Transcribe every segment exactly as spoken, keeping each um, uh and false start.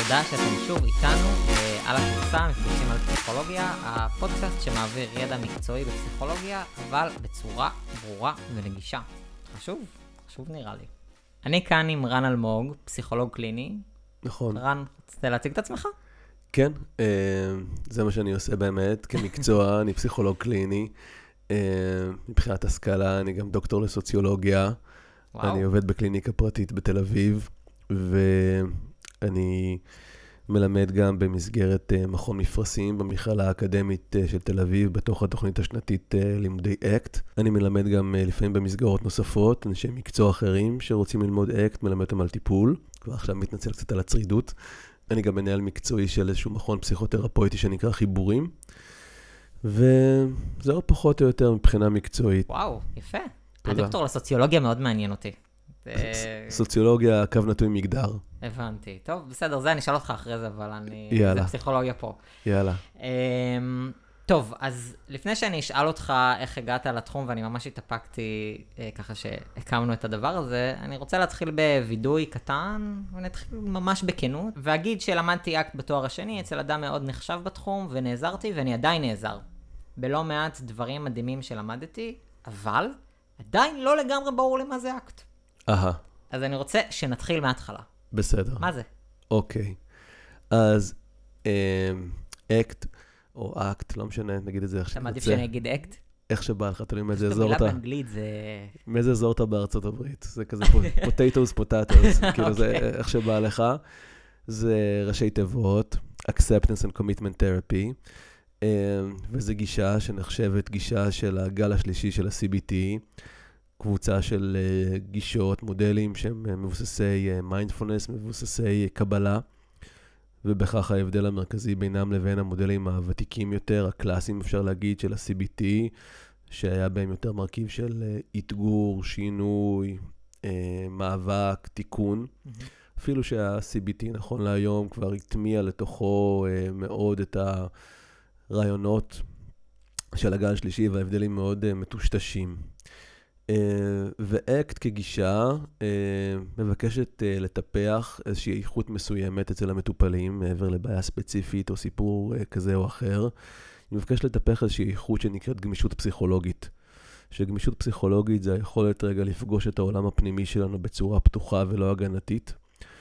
תודה שאתם שוב איתנו על הקבוצה מפגשים על פסיכולוגיה, הפודקאסט שמעביר ידע מקצועי בפסיכולוגיה, אבל בצורה ברורה ונגישה. חשוב, חשוב נראה לי. אני כאן עם רן אלמוג, פסיכולוג קליני. נכון. רן, רוצה להציג את עצמך? כן, זה מה שאני עושה באמת, כמקצוע, אני פסיכולוג קליני. מבחינת השכלה, אני גם דוקטור לסוציולוגיה. וואו. אני עובד בקליניקה פרטית בתל אביב, ואני מלמד גם במסגרת מכון מפרשים במכללה האקדמית של תל אביב, בתוך התוכנית השנתית לימודי אקט. אני מלמד גם לפעמים במסגרות נוספות, אנשי מקצוע אחרים שרוצים ללמוד אקט, מלמד אותם על טיפול. כבר עכשיו מתנצל קצת על הצרידות. אני גם מנהל מקצועי של איזשהו מכון פסיכותרפויטי שנקרא חיבורים. וזהו פחות או יותר מבחינה מקצועית. וואו, יפה. הדוקטור לסוציולוגיה מאוד מעניין אותי. סוציולוגיה, קו נטוי מגדר. הבנתי. טוב, בסדר, זה אני אשאל אותך אחרי זה, אבל אני... יאללה. זה פסיכולוגיה פה. יאללה. טוב, אז לפני שאני אשאל אותך איך הגעת לתחום, ואני ממש התאפקתי ככה שהקמנו את הדבר הזה, אני רוצה להתחיל בוידוי קטן, ונתחיל ממש בכנות, ואגיד שלמדתי אקט בתואר השני אצל אדם מאוד נחשב בתחום, ונעזרתי, ואני עדיין נעזר. בלא מעט דברים מדהימים שלמדתי, אבל עדיין לא לגמרי ברור לי מה זה אקט. אהה. אז אני רוצה שנתחיל מההתחלה. בסדר. מה זה? אוקיי. אז אקט, או אקט, לא משנה, נגיד את זה איך שתרצה. אתה מעדיף שאני אגיד אקט? איך שבא לך, תלוי מאיזה אזור מילה אתה. באנגלית זה... מאיזה אזור אתה בארצות הברית. זה כזה פוטטוס, פוטטוס. כאילו זה איך שבא לך. זה ראשי תיבות, acceptance and commitment therapy, וזה גישה שנחשבת גישה של הגל השלישי של ה-סי בי טי, קבוצה של גישות, מודלים שהם מבוססי מיינדפולנס, מבוססי קבלה, ובכך ההבדל המרכזי בינם לבין המודלים הוותיקים יותר, הקלאסיים אפשר להגיד, של ה-סי בי טי, שהיה בהם יותר מרכיב של אתגור, שינוי, מאבק, תיקון. Mm-hmm. אפילו שה-סי בי טי נכון להיום כבר הטמיע לתוכו מאוד את הרעיונות של הגל השלישי, וההבדלים מאוד מטושטשים. ואקט כגישה מבקשת לטפח איזושהי איכות מסוימת אצל המטופלים, מעבר לבעיה ספציפית או סיפור כזה או אחר. היא מבקשת לטפח איזושהי איכות שנקראת גמישות פסיכולוגית. שגמישות פסיכולוגית זה היכולת רגע לפגוש את העולם הפנימי שלנו בצורה פתוחה ולא הגנתית,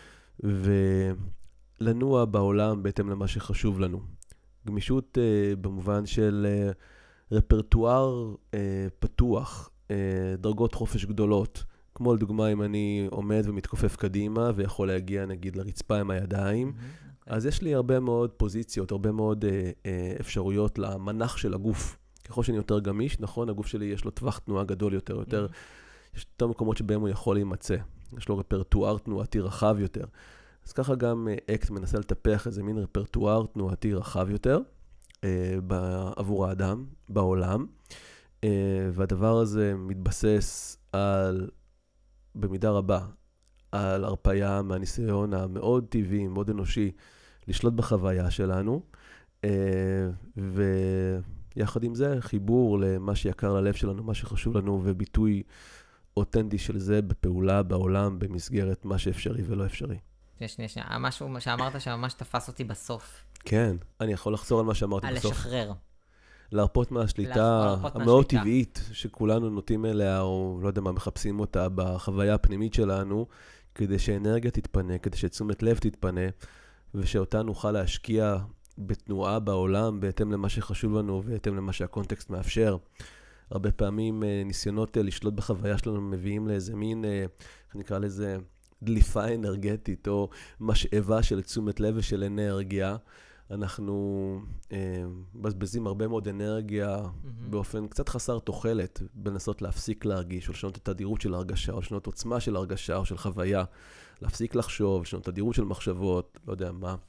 ולנוע בעולם בהתאם למה שחשוב לנו. גמישות במובן של רפרטואר פתוח, דרגות חופש גדולות, כמו לדוגמה אם אני עומד ומתכופף קדימה ויכול להגיע נגיד לרצפה עם הידיים, mm-hmm, okay. אז יש לי הרבה מאוד פוזיציות, הרבה מאוד אה, אה, אפשרויות למנח של הגוף. ככל שאני יותר גמיש, נכון, הגוף שלי יש לו טווח תנועה גדול יותר, יותר mm-hmm. יש יותר מקומות שבהם הוא יכול להימצא. יש לו רפרטואר תנועתי רחב יותר. אז ככה גם אה, אקט מנסה לטפח איזה מין רפרטואר תנועתי רחב יותר אה, עבור האדם, בעולם. Uh, והדבר הזה מתבסס על, במידה רבה, על הרפאיה מהניסיון המאוד טבעי, מאוד אנושי, לשלוט בחוויה שלנו, uh, ויחד עם זה חיבור למה שיקר ללב שלנו, מה שחשוב לנו, וביטוי אותנטי של זה בפעולה בעולם, במסגרת מה שאפשרי ולא אפשרי. שנייה, שנייה, משהו שאמרת שממש תפס אותי בסוף. כן, אני יכול לחזור על מה שאמרתי על בסוף. על לשחרר. להרפות מהשליטה המאוד טבעית שכולנו נוטים אליה, או לא יודע מה, מחפשים אותה בחוויה הפנימית שלנו, כדי שאנרגיה תתפנה, כדי שתשומת לב תתפנה, ושאותה נוכל להשקיע בתנועה בעולם, בהתאם למה שחשוב לנו, בהתאם למה שהקונטקסט מאפשר. הרבה פעמים ניסיונות לשלוט בחוויה שלנו מביאים לאיזה מין, איך נקרא לזה, דליפה אנרגטית, או משאבה של תשומת לב ושל אנרגיה. אנחנו אה, בזבזים הרבה מאוד אנרגיה mm-hmm. באופן קצת חסר תוחלת, בנסות להפסיק להרגיש, או לשנות את התדירות של הרגשה, או לשנות עוצמה של הרגשה, או של חוויה, להפסיק לחשוב, לשנות את התדירות של מחשבות, לא יודע מה.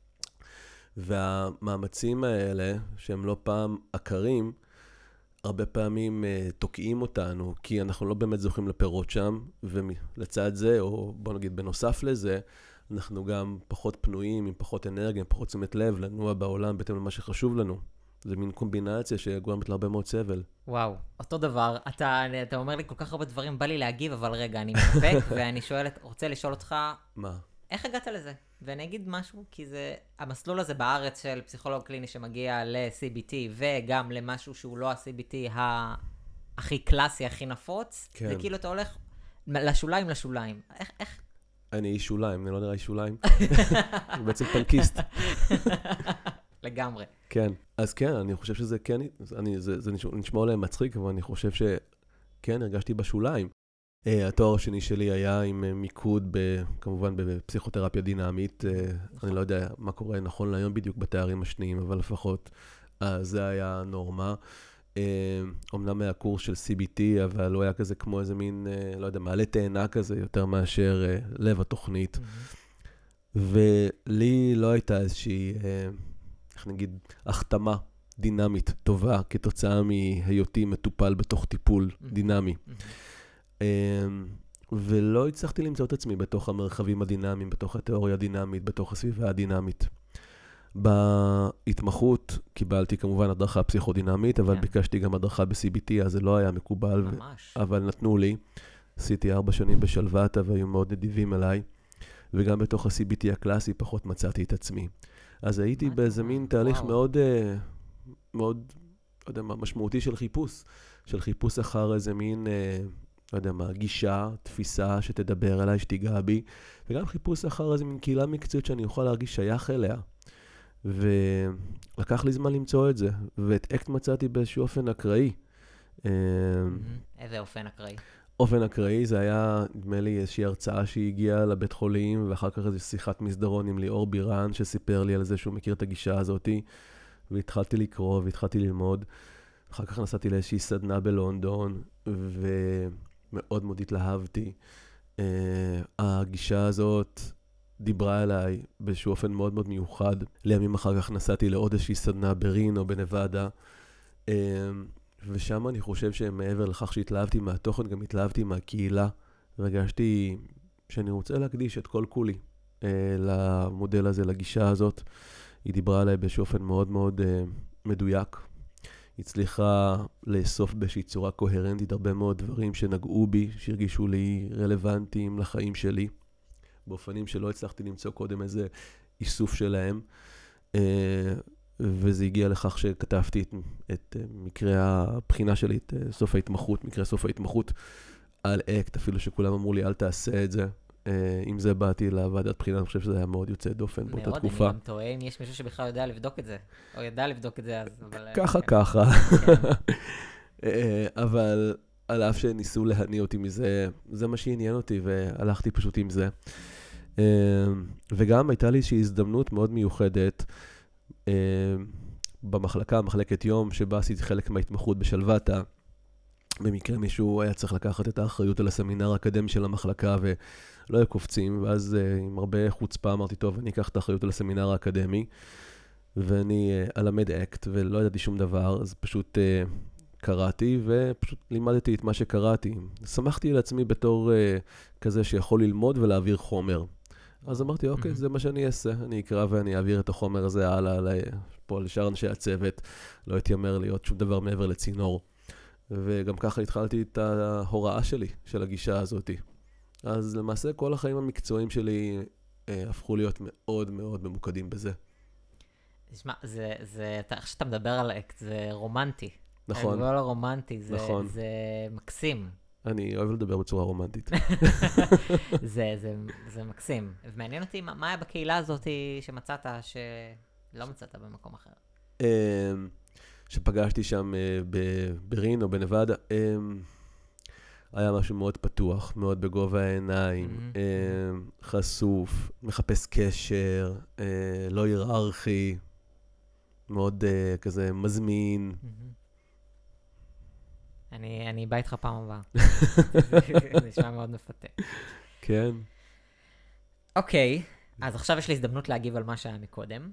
והמאמצים האלה, שהם לא פעם עקרים, הרבה פעמים אה, תוקעים אותנו, כי אנחנו לא באמת זוכים לפירות שם, ולצד זה, או בוא נגיד בנוסף לזה, אנחנו גם פחות פנויים, עם פחות אנרגיה, עם פחות תשומת לב, לנוע בעולם בהתאם למה שחשוב לנו. זה מין קומבינציה שגורמת להרבה מאוד סבל. וואו, אותו דבר. אתה, אתה אומר לי כל כך הרבה דברים, בא לי להגיב, אבל רגע, אני מתאפק, ואני שואלת, רוצה לשאול אותך... מה? איך הגעת לזה? ואני אגיד משהו, כי זה, המסלול הזה בארץ של פסיכולוג קליני שמגיע ל-סי בי טי, וגם למשהו שהוא לא ה-סי בי טי הכי קלאסי, הכי נפוץ, כן. זה כאילו אתה הולך לשוליים, לשוליים. איך, איך? אני איש שוליים, אני לא נראה איש שוליים. בעצם פנקיסט. לגמרי. כן. אז כן, אני חושב שזה כן, אני, זה, זה נשמע עליהם מצחיק, אבל אני חושב שכן, הרגשתי בשוליים. Uh, התואר השני שלי היה עם uh, מיקוד, ב, כמובן בפסיכותרפיה דינמית. Uh, אני לא יודע מה קורה נכון להיום בדיוק בתארים השניים, אבל לפחות uh, זה היה נורמה. Uh, אומנם היה קורס של סי בי טי, אבל הוא היה כזה כמו איזה מין, uh, לא יודע, מעלה תאנה כזה, יותר מאשר uh, לב התוכנית. Mm-hmm. ולי לא הייתה איזושהי, uh, איך נגיד, החתמה דינמית טובה, כתוצאה מהיותי מטופל בתוך טיפול mm-hmm. דינמי. Mm-hmm. ולא הצלחתי למצוא את עצמי בתוך המרחבים הדינמיים, בתוך התיאוריה הדינמית, בתוך הסביבה הדינמית. בהתמחות קיבלתי כמובן הדרכה פסיכודינמית, אבל ביקשתי גם הדרכה ב-סי בי טי, אז זה לא היה מקובל, אבל נתנו לי. עשיתי ארבע שנים בשלוותה והיו מאוד נדיבים אליי, וגם בתוך ה-סי בי טי הקלאסי פחות מצאתי את עצמי. אז הייתי באיזה מין תהליך מאוד, מאוד, לא יודע מה, משמעותי של חיפוש, של חיפוש אחר איזה מין... לא יודע מה, גישה, תפיסה שתדבר אליי, שתיגע בי, וגם חיפוש אחר איזו מין קהילה מקצועית שאני יכול להרגיש שייך אליה. ולקח לי זמן למצוא את זה, ואת אקט מצאתי באיזשהו אופן אקראי. איזה אופן אקראי? אופן אקראי, זה היה, נדמה לי, איזושהי הרצאה שהגיעה לבית חולים, ואחר כך איזו שיחת מסדרון עם ליאור בירן, שסיפר לי על זה שהוא מכיר את הגישה הזאת, והתחלתי לקרוא, והתחלתי ללמוד. אחר כך נסעתי לאיזושהי סדנה בלונדון, ו... מאוד מאוד התלהבתי. Uh, הגישה הזאת דיברה אליי באיזשהו אופן מאוד מאוד מיוחד. לימים אחר כך נסעתי לעוד איזושהי סדנה ברינו, בנבדה. Uh, ושם אני חושב שמעבר לכך שהתלהבתי מהתוכן, גם התלהבתי מהקהילה. והרגשתי שאני רוצה להקדיש את כל כולי uh, למודל הזה, לגישה הזאת. היא דיברה אליי באיזשהו אופן מאוד מאוד uh, מדויק. הצליחה לאסוף באיזושהי צורה קוהרנטית הרבה מאוד דברים שנגעו בי, שהרגישו לי רלוונטיים לחיים שלי, באופנים שלא הצלחתי למצוא קודם איזה איסוף שלהם, וזה הגיע לכך שכתבתי את, את מקרה הבחינה שלי, את סוף ההתמחות, מקרה סוף ההתמחות על אקט, אפילו שכולם אמרו לי אל תעשה את זה. עם זה באתי לוועדת בחינה, אני חושב שזה היה מאוד יוצא דופן באותה תקופה. מאוד, אני גם טועה אם יש מישהו שבכלל יודע לבדוק את זה, או ידע לבדוק את זה אז. ככה, ככה. אבל על אף שניסו להניע אותי מזה, זה מה שעניין אותי, והלכתי פשוט עם זה. וגם הייתה לי איזושהי הזדמנות מאוד מיוחדת במחלקה, מחלקת יום, שבה עשיתי חלק מההתמחות בשלוותה. במקרה מישהו היה צריך לקחת את האחריות על הסמינר האקדמי של המחלקה, ולא היו קופצים, ואז uh, עם הרבה חוצפה אמרתי, טוב, אני אקח את האחריות על הסמינר האקדמי, ואני uh, אלמד אקט, ולא ידעתי שום דבר, אז פשוט uh, קראתי, ופשוט לימדתי את מה שקראתי. שמחתי לעצמי בתור uh, כזה שיכול ללמוד ולהעביר חומר. אז אמרתי, אוקיי, זה מה שאני אעשה, אני אקרא ואני אעביר את החומר הזה הלאה, פה לשאר אנשי הצוות, לא התיימר להיות שום דבר מעבר לצינור. וגם ככה התחלתי את ההוראה שלי, של הגישה הזאת. אז למעשה כל החיים המקצועיים שלי אה, הפכו להיות מאוד מאוד ממוקדים בזה. תשמע, זה, זה, איך שאתה מדבר על אקט, זה רומנטי. נכון. זה לא רומנטי, זה, נכון. זה מקסים. אני אוהב לדבר בצורה רומנטית. זה, זה, זה מקסים. ומעניין אותי, מה, מה היה בקהילה הזאת שמצאת, שלא מצאת במקום אחר? שפגשתי שם בברין או בנבדה, היה משהו מאוד פתוח, מאוד בגובה העיניים, חשוף, מחפש קשר, לא היררכי, מאוד כזה מזמין. אני, אני בא איתך פעם הבאה. זה נשמע מאוד מפתה. כן. אוקיי, אז עכשיו יש לי הזדמנות להגיב על מה שהיה מקודם.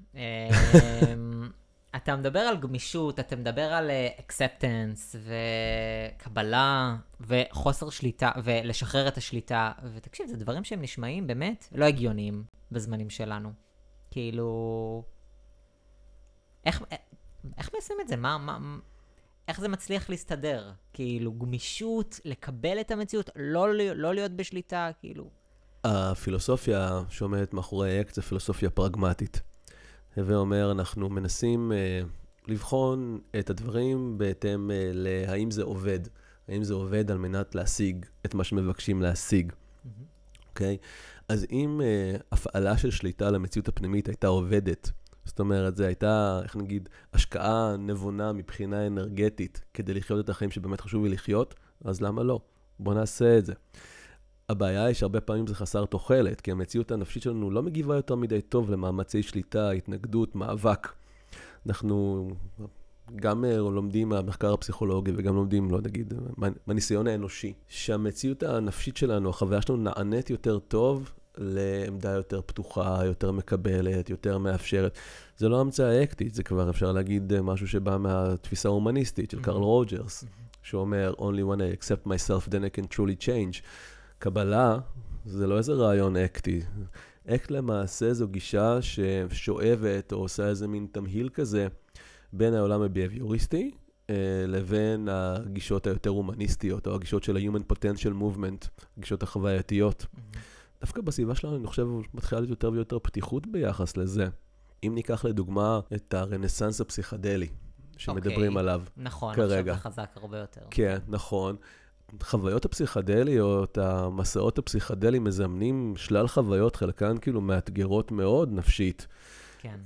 אתה מדבר על גמישות, אתה מדבר על acceptance וקבלה וחוסר שליטה ולשחרר את השליטה. ותקשיב, זה דברים שהם נשמעים באמת לא הגיוניים בזמנים שלנו. כאילו, איך, איך מיישמים את זה? מה, מה, איך זה מצליח להסתדר? כאילו, גמישות, לקבל את המציאות, לא, לא להיות בשליטה, כאילו. הפילוסופיה שעומדת מאחורי אקט זה פילוסופיה פרגמטית. הווה אומר, אנחנו מנסים uh, לבחון את הדברים בהתאם uh, להאם זה עובד. האם זה עובד על מנת להשיג את מה שמבקשים להשיג. אוקיי? Mm-hmm. Okay? אז אם uh, הפעלה של שליטה על המציאות הפנימית הייתה עובדת, זאת אומרת, זה הייתה, איך נגיד, השקעה נבונה מבחינה אנרגטית כדי לחיות את החיים שבאמת חשוב לי לחיות, אז למה לא? בוא נעשה את זה. הבעיה היא שהרבה פעמים זה חסר תוחלת, כי המציאות הנפשית שלנו לא מגיבה יותר מדי טוב למאמצי שליטה, התנגדות, מאבק. אנחנו גם לומדים מהמחקר הפסיכולוגי וגם לומדים, לא נגיד, מהניסיון האנושי, שהמציאות הנפשית שלנו, החוויה שלנו נענית יותר טוב לעמדה יותר פתוחה, יותר מקבלת, יותר מאפשרת. זה לא המצאה אקטית, זה כבר אפשר להגיד משהו שבא מהתפיסה ההומניסטית של קרל רוג'רס, שאומר, only when I accept myself, then I can truly change. קבלה, זה לא איזה רעיון אקטי. אקט למעשה זו גישה ששואבת או עושה איזה מין תמהיל כזה בין העולם הביהביוריסטי לבין הגישות היותר הומניסטיות, או הגישות של ה-Human Potential Movement, הגישות החווייתיות. דווקא בסביבה שלנו, אני חושב, מתחילה להיות יותר ויותר פתיחות ביחס לזה. אם ניקח לדוגמה את הרנסנס הפסיכדלי, שמדברים עליו נכון, כרגע. עכשיו זה חזק הרבה יותר. כן, נכון. חוויות הפסיכדליות, המסעות הפסיכדליים מזמנים שלל חוויות, חלקן כאילו מאתגרות מאוד נפשית. כן.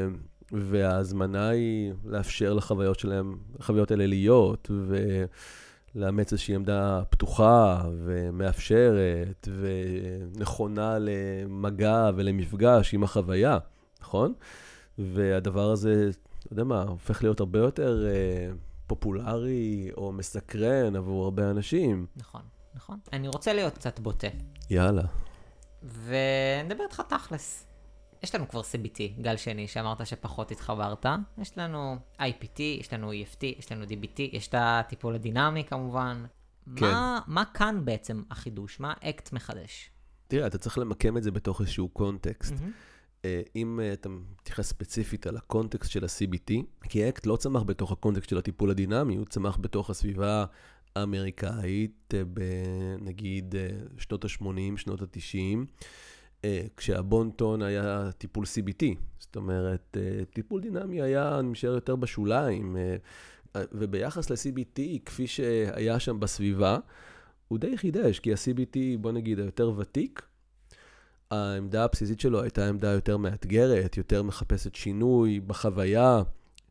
וההזמנה היא לאפשר לחוויות שלהם, לחוויות האלה להיות, ולאמץ איזושהי עמדה פתוחה ומאפשרת, ונכונה למגע ולמפגש עם החוויה, נכון? והדבר הזה, אתה יודע מה, הופך להיות הרבה יותר פופולרי או מסקרן עבור הרבה אנשים. נכון, נכון. אני רוצה להיות קצת בוטה. יאללה. ונדבר איתך תכלס. יש לנו כבר סי בי טי, גל שני, שאמרת שפחות התחברת. יש לנו איי פי טי, יש לנו אי אף טי, יש לנו די בי טי, יש את הטיפול הדינמי כמובן. כן. מה, מה כאן בעצם החידוש? מה אקט מחדש? תראה, אתה צריך למקם את זה בתוך איזשהו קונטקסט. Mm-hmm. אם אתה מתייחס ספציפית על הקונטקסט של ה-סי בי טי, כי אקט לא צמח בתוך הקונטקסט של הטיפול הדינמי, הוא צמח בתוך הסביבה האמריקאית, בנגיד שנות ה-שמונים, שנות ה-תשעים, כשהבון-טון היה טיפול סי בי טי. זאת אומרת, טיפול דינמי היה נמשאר יותר בשוליים, וביחס ל-סי בי טי, כפי שהיה שם בסביבה, הוא די חידש, כי ה-סי בי טי, בוא נגיד, היותר ותיק, העמדה הבסיסית שלו הייתה עמדה יותר מאתגרת, יותר מחפשת שינוי בחוויה.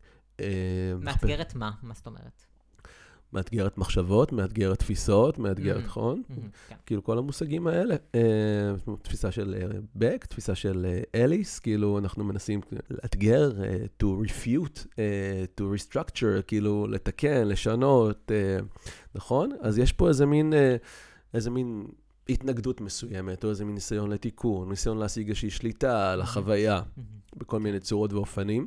מאתגרת מה? מה זאת אומרת? מאתגרת מחשבות, מאתגרת תפיסות, מאתגרת, נכון? כאילו כל המושגים האלה. תפיסה של בק, תפיסה של אליס, כאילו אנחנו מנסים לאתגר, to refute, to restructure, כאילו לתקן, לשנות, נכון? אז יש פה איזה מין, איזה מין התנגדות מסוימת, או איזה מין ניסיון לתיקון, ניסיון להשיג איזושהי שליטה על החוויה, בכל מיני צורות ואופנים.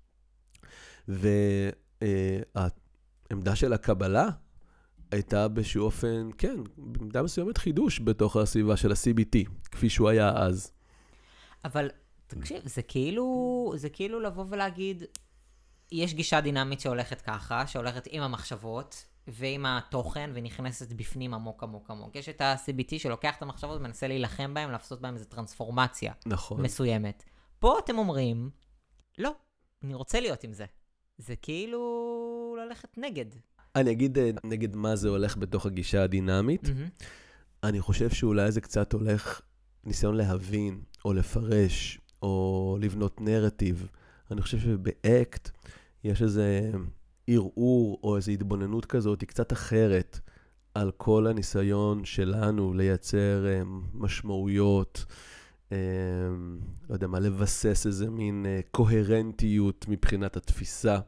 והעמדה של הקבלה הייתה באיזשהו אופן, כן, במידה מסוימת חידוש בתוך הסביבה של ה-סי בי טי, כפי שהוא היה אז. אבל תקשיב, זה כאילו, זה כאילו לבוא ולהגיד, יש גישה דינמית שהולכת ככה, שהולכת עם המחשבות, ועם התוכן, ונכנסת בפנים עמוק עמוק עמוק. יש את ה-סי בי טי שלוקח את המחשבות ומנסה להילחם בהם, לעשות בהם איזו טרנספורמציה נכון. מסוימת. פה אתם אומרים, לא, אני רוצה להיות עם זה. זה כאילו ללכת נגד. אני אגיד נגד מה זה הולך בתוך הגישה הדינמית. Mm-hmm. אני חושב שאולי זה קצת הולך ניסיון להבין, או לפרש, או לבנות נרטיב. אני חושב שבאקט יש איזה ערעור או איזו התבוננות כזאת, היא קצת אחרת על כל הניסיון שלנו לייצר משמעויות, לא יודע מה, לבסס איזה מין קוהרנטיות מבחינת התפיסה.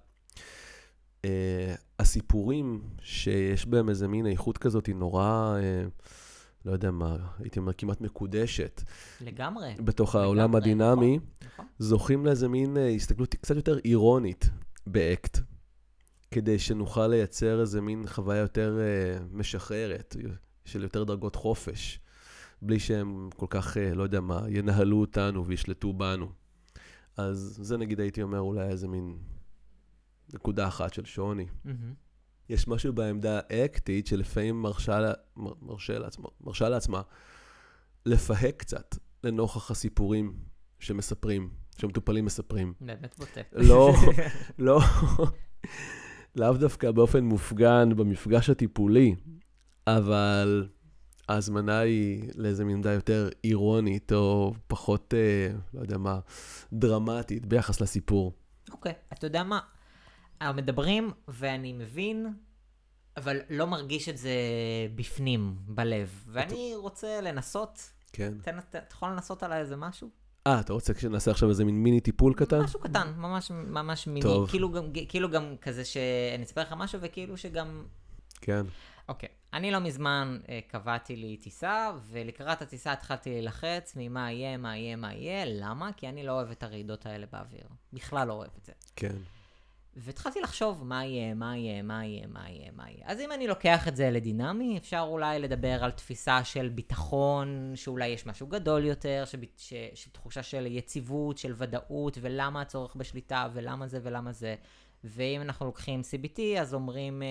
הסיפורים שיש בהם איזה מין איכות כזאת היא נורא, לא יודע מה, הייתי אומר כמעט מקודשת. לגמרי. בתוך העולם הדינמי, זוכים לאיזה מין הסתכלות קצת יותר אירונית באקט. כדי שנוכל לייצר איזה מין חוויה יותר uh, משחררת, של יותר דרגות חופש, בלי שהם כל כך, uh, לא יודע מה, ינהלו אותנו וישלטו בנו. אז זה נגיד הייתי אומר אולי איזה מין נקודה אחת של שוני. Mm-hmm. יש משהו בעמדה האקטית שלפעמים מרשה, מרשה, לעצמה, מרשה לעצמה לפהק קצת לנוכח הסיפורים שמספרים, שמטופלים מספרים. באמת בוטה. לא, לא, לאו דווקא באופן מופגן במפגש הטיפולי, אבל ההזמנה היא לאיזה מידה יותר אירונית, או פחות, אה, לא יודע מה, דרמטית ביחס לסיפור. אוקיי, אתה יודע מה? מדברים ואני מבין, אבל לא מרגיש את זה בפנים, בלב. ואני רוצה לנסות. כן. אתה יכול לנסות עליי איזה משהו? אה, אתה רוצה שנעשה עכשיו איזה מין מיני טיפול קטן? משהו קטן, ממש, ממש מיני. טוב. כאילו גם, כאילו גם כזה שאני אספר לך משהו, וכאילו שגם... כן. אוקיי. אני לא מזמן אה, קבעתי לי טיסה, ולקראת הטיסה התחלתי להילחץ ממה יהיה, מה יהיה, מה יהיה. למה? כי אני לא אוהב את הרעידות האלה באוויר. בכלל לא אוהב את זה. כן. והתחלתי לחשוב מה יהיה, מה יהיה, מה יהיה, מה יהיה, מה יהיה. אז אם אני לוקח את זה לדינמי, אפשר אולי לדבר על תפיסה של ביטחון, שאולי יש משהו גדול יותר, שב... ש... שתחושה של יציבות, של ודאות, ולמה הצורך בשליטה, ולמה זה ולמה זה. ואם אנחנו לוקחים סי בי טי, אז אומרים... אה...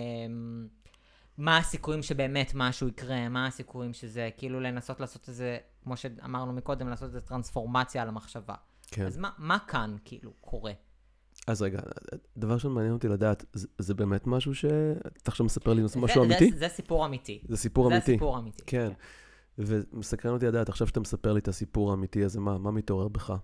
מה הסיכויים שבאמת משהו יקרה, מה הסיכויים שזה, כאילו לנסות לעשות איזה, כמו שאמרנו מקודם, לעשות איזה טרנספורמציה על המחשבה. כן. אז מה, מה כאן כאילו קורה? אז רגע, דבר שאני מעניין אותי לדעת, זה, זה באמת משהו ש... אתה עכשיו מספר לי זה, משהו זה, אמיתי? זה, זה סיפור אמיתי. זה סיפור זה אמיתי. זה סיפור אמיתי. כן. כן. ומסקרן אותי לדעת, עכשיו שאתה מספר לי את הסיפור האמיתי הזה, מה, מה מתעורר בך?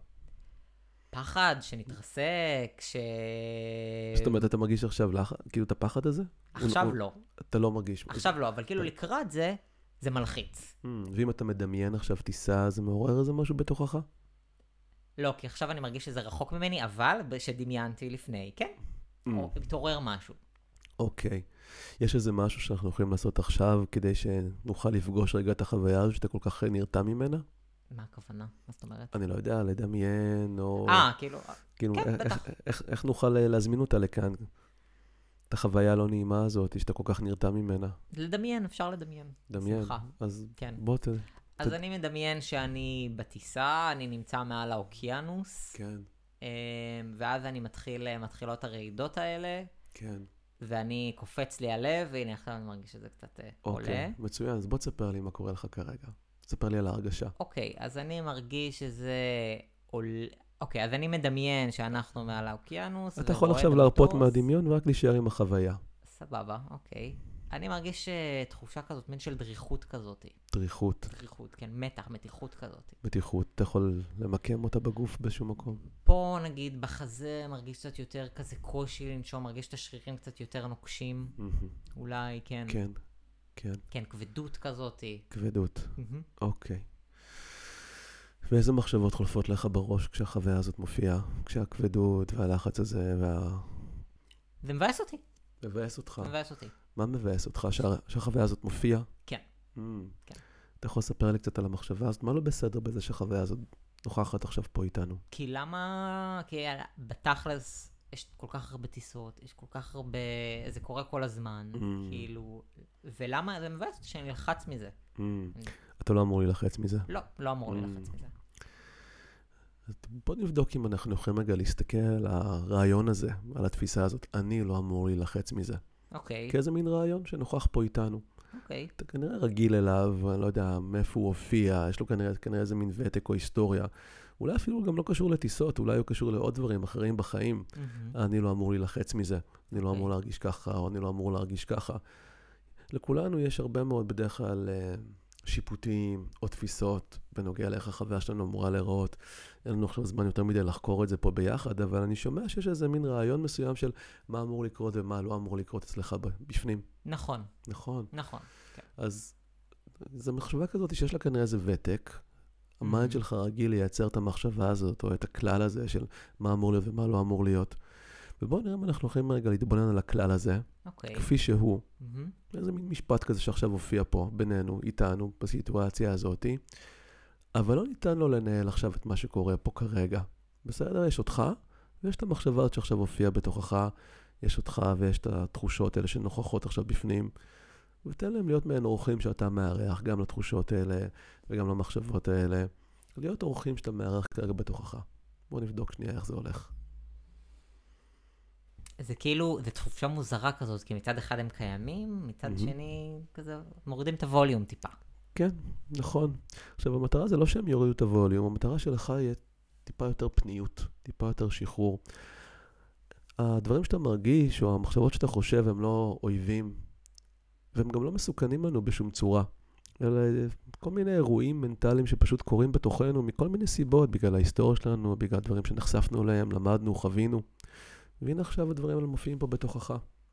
פחד שנתרסק, ש... זאת אומרת, אתה מרגיש עכשיו, לח... כאילו את הפחד הזה? עכשיו הוא, לא. אתה לא מרגיש. עכשיו לא, אבל כאילו לקראת זה, זה מלחיץ. Mm, ואם אתה מדמיין עכשיו טיסה, זה מעורר איזה משהו בתוכך? לא, כי עכשיו אני מרגיש שזה רחוק ממני, אבל שדמיינתי לפני, כן. Mm. או מתעורר משהו. אוקיי. יש איזה משהו שאנחנו יכולים לעשות עכשיו, כדי שנוכל לפגוש רגע את החוויה הזו, שאתה כל כך נרתע ממנה? מה הכוונה? מה זאת אומרת? אני לא יודע, לדמיין, או... אה, כאילו... כאילו, כן, איך, בטח. איך, איך, איך נוכל להזמין אותה לכאן? את החוויה הלא נעימה הזאת, שאתה כל כך נרתע ממנה. לדמיין, אפשר לדמיין. דמיין. שמחה. אז כן. בוא ת... אז ת... אני מדמיין שאני בטיסה, אני נמצא מעל האוקיינוס, כן, אה, ואז אני מתחיל, מתחילות הרעידות האלה, כן. ואני קופץ לי הלב, והנה עכשיו אני מרגיש שזה קצת אה, עולה. אוקיי, מצוין. אז בוא תספר לי מה קורה לך כרגע. תספר לי על ההרגשה. אוקיי, אז אני מרגיש שזה עולה... אוקיי, אז אני מדמיין שאנחנו מעל האוקיינוס. אתה יכול ורואה עכשיו את להרפות המטוס. מהדמיון ורק להישאר עם החוויה. סבבה, אוקיי. אני מרגיש אה, תחושה כזאת, מין של דריכות כזאת. דריכות, דריכות, כן, מתח, מתיחות כזאת. מתיחות. אתה יכול למקם אותה בגוף באיזשהו מקום. פה נגיד בחזה מרגיש קצת יותר כזה קושי לנשום, מרגיש את השרירים קצת יותר נוקשים. מהמם. אולי, כן. כן, כן. כן, כבדות כזאת. כבדות. מהמם. אוקיי. ואיזה מחשבות חולפות לך בראש כשהחוויה הזאת מופיעה? כשהכבדות והלחץ הזה וה... זה מבאס אותי. מבאס אותך. מבאס אותי. מה מבאס אותך? שה... שהחוויה הזאת מופיעה? כן. Mm. כן. אתה יכול לספר לי קצת על המחשבה הזאת? מה לא בסדר בזה שהחוויה הזאת נוכחת עכשיו פה איתנו? כי למה... כי בתכלס יש כל כך הרבה טיסות, יש כל כך הרבה... זה קורה כל הזמן. Mm. כאילו... ולמה זה מבאס אותי שאני נלחץ מזה? Mm. אתה לא אמור להילחץ מזה. לא, לא אמור Mm. להילחץ מזה. אז בוא נבדוק אם אנחנו יכולים רגע להסתכל על הרעיון הזה, על התפיסה הזאת. אני לא אמור להילחץ מזה. אוקיי. כאיזה מין רעיון שנוכח פה איתנו. אוקיי. אתה כנראה רגיל אליו, אני לא יודע מאיפה הוא הופיע, יש לו כנראה, כנראה איזה מין ותק או היסטוריה. אולי אפילו גם לא קשור לטיסות, אולי הוא קשור לעוד דברים אחרים בחיים. מהמם. אני לא אמור להילחץ מזה, אני לא אוקיי. אמור להרגיש ככה, או אני לא אמור להרגיש ככה. לכולנו יש הרבה מאוד בדרך כלל אה, שיפוטים או תפיסות בנוגע לאיך החוויה שלנו אמורה להיראות. אין לנו עכשיו זמן יותר מדי לחקור את זה פה ביחד, אבל אני שומע שיש איזה מין רעיון מסוים של מה אמור לקרות ומה לא אמור לקרות אצלך בפנים. נכון, נכון. נכון. כן. אז זו מחשבה כזאת שיש לה כנראה איזה ותק. המיינד Mhm. שלך רגיל לייצר את המחשבה הזאת, או את הכלל הזה של מה אמור להיות ומה לא אמור להיות. ובואו נראה אם אנחנו יכולים רגע להתבונן על הכלל הזה, אוקיי. כפי שהוא. מהמם. איזה מין משפט כזה שעכשיו הופיע פה, בינינו, איתנו, בסיטואציה הזאת. אבל לא ניתן לו לנהל עכשיו את מה שקורה פה כרגע. בסדר, יש אותך, ויש את המחשבה שעכשיו הופיע בתוכך, יש אותך ויש את התחושות האלה שנוכחות עכשיו בפנים. ותן להם להיות מעין אורחים שאתה מארח, גם לתחושות האלה וגם למחשבות האלה. להיות אורחים שאתה מארח כרגע בתוכך. בואו נבדוק שנייה איך זה הולך. זה כאילו, זה תחושה מוזרה כזאת, כי מצד אחד הם קיימים, מצד Mhm. שני, כזה, מורידים את הווליום טיפה. כן, נכון. עכשיו, המטרה זה לא שהם יורידו את הווליום, המטרה שלך יהיה טיפה יותר פניות, טיפה יותר שחרור. הדברים שאתה מרגיש, או המחשבות שאתה חושב, הם לא אויבים, והם גם לא מסוכנים לנו בשום צורה. אלא כל מיני אירועים מנטליים שפשוט קורים בתוכנו, מכל מיני סיבות, בגלל ההיסטוריה שלנו, בגלל דברים שנחשפנו להם, למדנו, חווינו. והנה עכשיו הדברים האלה מופיעים פה בתוכך.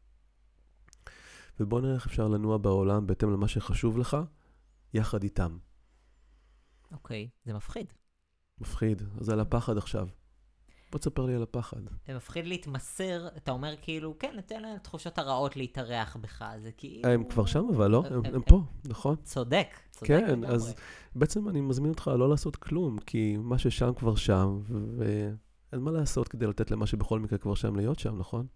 ובוא נראה איך אפשר לנוע בעולם בהתאם למה שחשוב לך, יחד איתם. אוקיי, זה מפחיד. מפחיד. אז על הפחד עכשיו. בוא תספר לי על הפחד. זה מפחיד להתמסר, אתה אומר כאילו, כן, נתן להם תחושות הרעות להתארח בך, זה כאילו... הם כבר שם אבל לא, הם, הם פה, נכון? צודק, צודק כן, לגמרי. אז בעצם אני מזמין אותך לא לעשות כלום, כי מה ששם כבר שם, ואין מה לעשות כדי לתת למה שבכל מקרה כבר שם להיות שם, נכון?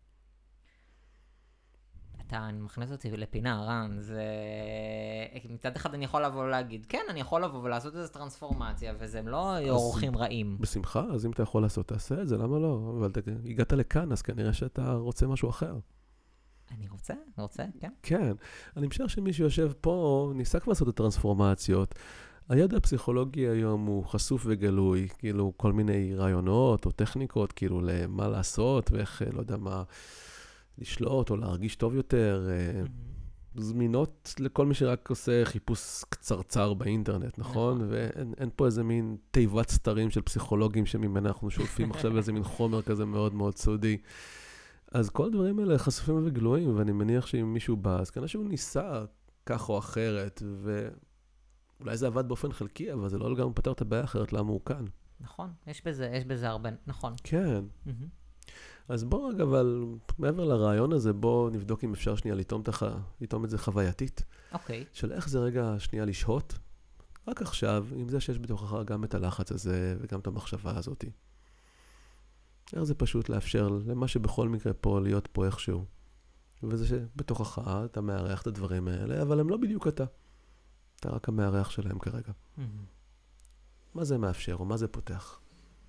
אתה מכניס אותי לפינה, רן, זה... מצד אחד אני יכול לבוא ולהגיד, כן, אני יכול לבוא ולעשות איזו טרנספורמציה, וזה לא אורחים רעים. בשמחה, אז אם אתה יכול לעשות, תעשה את זה, למה לא? אבל אתה הגעת לכאן, אז כנראה שאתה רוצה משהו אחר. אני רוצה, אני רוצה, כן. כן, אני משער שמישהו יושב פה, ניסה כבר לעשות את הטרנספורמציות. הידע הפסיכולוגי היום הוא חשוף וגלוי, כאילו כל מיני רעיונות או טכניקות, כאילו למה לעשות ואיך, לא יודע מה, לשלוט או להרגיש טוב יותר, זמינות לכל מי שרק עושה חיפוש קצרצר באינטרנט, נכון? ואין אין פה איזה מין תיבת סתרים של פסיכולוגים שממנה אנחנו שולפים עכשיו איזה מין חומר כזה מאוד מאוד סודי. אז כל הדברים האלה חשופים וגלויים, ואני מניח שאם מישהו בא, אז כנראה שהוא ניסה כך או אחרת, ואולי זה עבד באופן חלקי, אבל זה לא גם פתר את הבעיה אחרת, למה הוא כאן. נכון, יש בזה, יש בזה הרבה, נכון. כן. אז בוא רגע, אבל מעבר לרעיון הזה, בוא נבדוק אם אפשר שנייה לטעום, תח... לטעום את זה חווייתית. אוקיי. של איך זה רגע שנייה לשהות, רק עכשיו, עם זה שיש בתוכך גם את הלחץ הזה, וגם את המחשבה הזאת. איך זה פשוט לאפשר למה שבכל מקרה פה, להיות פה איכשהו. וזה שבתוכך אתה מארח את הדברים האלה, אבל הם לא בדיוק אתה. אתה רק המארח שלהם כרגע. Mm-hmm. מה זה מאפשר, או מה זה פותח?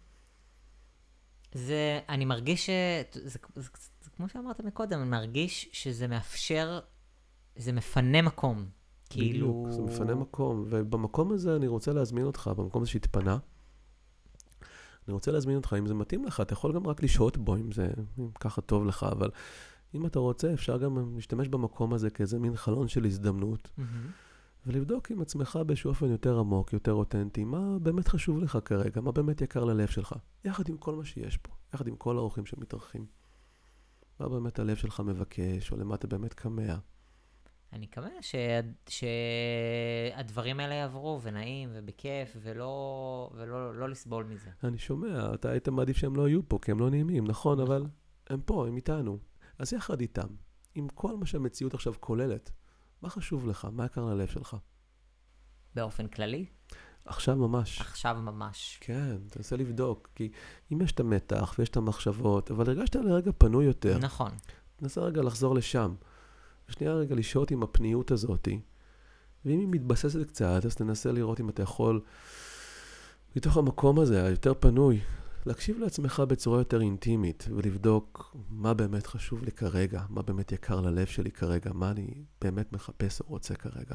זה, אני מרגיש ש... זה, זה, זה, זה כמו שאמרת מקודם, אני מרגיש שזה מאפשר, זה מפנה מקום. בדיוק, כאילו... זה מפנה מקום. ובמקום הזה אני רוצה להזמין אותך, במקום הזה שהתפנה, אני רוצה להזמין אותך, אם זה מתאים לך, אתה יכול גם רק לשהות בו, אם זה אם ככה טוב לך, אבל אם אתה רוצה, אפשר גם להשתמש במקום הזה כאיזה מין חלון של הזדמנות, mm-hmm. ולבדוק עם עצמך באיזשהו אופן יותר עמוק, יותר אותנטי, מה באמת חשוב לך כרגע, מה באמת יקר ללב שלך, יחד עם כל מה שיש פה, יחד עם כל האורחים שמתארחים. מה באמת הלב שלך מבקש, או למה אתה באמת קמע. אני קמע ש... שהדברים האלה יעברו, ונעים, ובכיף, ולא, ולא לא לסבול מזה. אני שומע, אתה היית מעדיף שהם לא יהיו פה, כי הם לא נעימים, נכון, אבל הם פה, הם איתנו. אז יחד איתם, עם כל מה שהמציאות עכשיו כוללת, מה חשוב לך? מה יקר ללב שלך? באופן כללי? עכשיו ממש. עכשיו ממש. כן, תנסה לבדוק, כי אם יש את המתח ויש את המחשבות, אבל הרגשת לרגע פנוי יותר. נכון. תנסה רגע לחזור לשם. ושנייה רגע לשהות עם הפניות הזאת, ואם היא מתבססת קצת, אז תנסה לראות אם אתה יכול, מתוך המקום הזה, היותר פנוי, להקשיב לעצמך בצורה יותר אינטימית, ולבדוק מה באמת חשוב לי כרגע, מה באמת יקר ללב שלי כרגע, מה אני באמת מחפש או רוצה כרגע.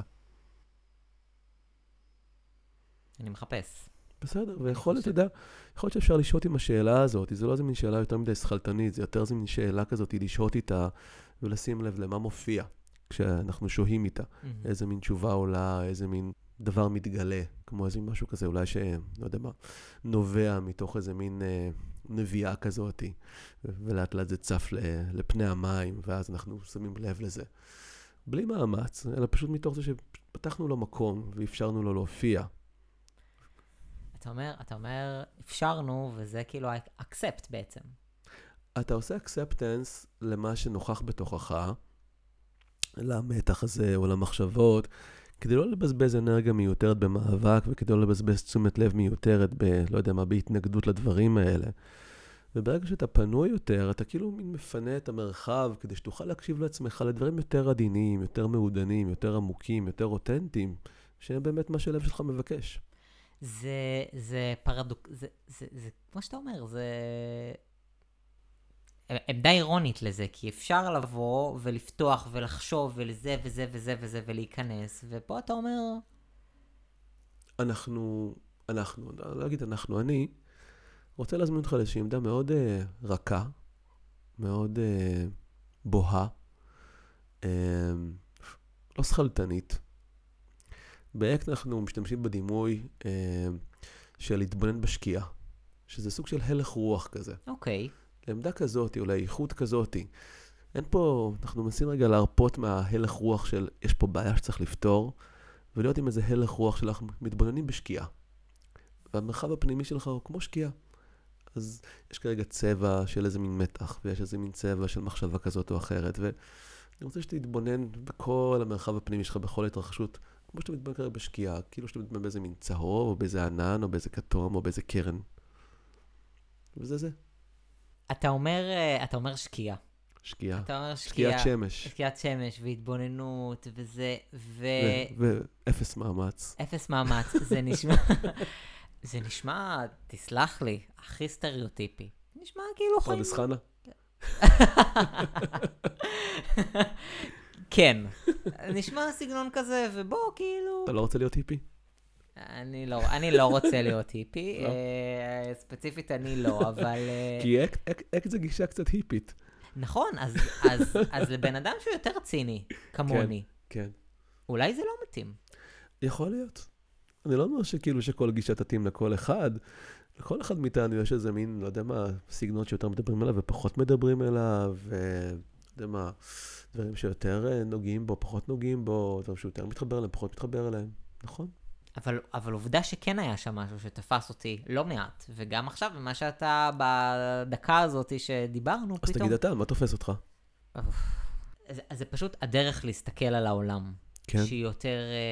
אני מחפש. בסדר, ויכול להיות, יודע, יכול להיות שאפשר לשהות עם השאלה הזאת, זו לא איזו מין שאלה יותר מדי שכלתנית, זה יותר איזו מין שאלה כזאת, לשהות איתה, ולשים לב למה מופיע כשאנחנו שוהים איתה. Mm-hmm. איזה מין תשובה עולה, איזה מין דבר מתגלה, כמו איזה משהו כזה, אולי ש... לא יודע מה, נובע מתוך איזה מין אה, נביאה כזאת, ולאט לאט זה צף לפני המים, ואז אנחנו שמים לב לזה. בלי מאמץ, אלא פשוט מתוך זה שפתחנו לו מקום, ואפשרנו לו להופיע. אתה אומר, אתה אומר, אפשרנו, וזה כאילו accept בעצם. אתה עושה acceptance למה שנוכח בתוכך, למתח הזה או למחשבות, כדי לא לבזבז אנרגיה מיותרת במאבק, וכדי לא לבזבז תשומת לב מיותרת ב, לא יודע מה, בהתנגדות לדברים האלה. וברגע שאתה פנוי יותר, אתה כאילו מפנה את המרחב, כדי שתוכל להקשיב לעצמך לדברים יותר עדינים, יותר מעודנים, יותר עמוקים, יותר אותנטיים, שהם באמת מה שהלב שלך מבקש. זה, זה פרדוק, זה, זה, זה, כמו שאתה אומר, זה... עמדה אירונית לזה, כי אפשר לבוא ולפתוח ולחשוב ולזה וזה וזה וזה ולהיכנס, ופה אתה אומר, אנחנו, אנחנו, לא אגיד אנחנו, אני רוצה להזמין אותך לאיזושהי עמדה מאוד אה, רכה, מאוד אה, בוהה, אה, לא שכלתנית. באקט אנחנו משתמשים בדימוי אה, של להתבונן בשקיעה, שזה סוג של הלך רוח כזה. אוקיי. לעמדה כזאת, או לאיכות כזאת. אין פה, אנחנו מנסים רגע להרפות מההלך רוח של יש פה בעיה שצריך לפתור, ולהיות עם איזה הלך רוח של אנחנו מתבוננים בשקיעה. והמרחב הפנימי שלך הוא כמו שקיעה. אז יש כרגע צבע של איזה מין מתח, ויש איזה מין צבע של מחשבה כזאת או אחרת, ואני רוצה שתתבונן בכל המרחב הפנימי שלך, בכל התרחשות, כמו שאתה מתבונן כרגע בשקיעה, כאילו שאתה מתבונן באיזה מין צהוב, או באיזה ענן, או באיזה כתום, או באיזה קרן. וזה זה. אתה אומר, אתה אומר שקיעה. שקיעה. אתה אומר שקיעת שמש. שקיעת שמש, והתבוננות, וזה, ו... ואפס מאמץ. אפס מאמץ. זה נשמע, זה נשמע, תסלח לי, הכי סטריאוטיפי. נשמע כאילו חיים... פרדס חנה? כן. נשמע סגנון כזה, ובוא, כאילו... אתה לא רוצה להיות היפי? אני לא, אני לא רוצה להיות היפי. ספציפית אני לא, אבל... כי אקט זה גישה קצת היפית. נכון, אז, אז, אז לבן אדם שהוא יותר ציני, כמוני. כן, כן. אולי זה לא מתאים. יכול להיות. אני לא אומר שכאילו שכל גישה תתאים לכל אחד. לכל אחד מאיתנו יש איזה מין, לא יודע מה, סגנונות שיותר מדברים אליו ופחות מדברים אליו, ולא יודע מה, דברים שיותר נוגעים בו, פחות נוגעים בו, דברים שיותר מתחבר אליהם, פחות מתחבר אליהם. נכון? אבל, אבל עובדה שכן היה שם משהו שתפס אותי לא מעט, וגם עכשיו, במה שאתה בדקה הזאת שדיברנו, אז פתאום... תגיד אתה, מה תופס אותך? אז, אז זה פשוט הדרך להסתכל על העולם. כן. שהיא יותר...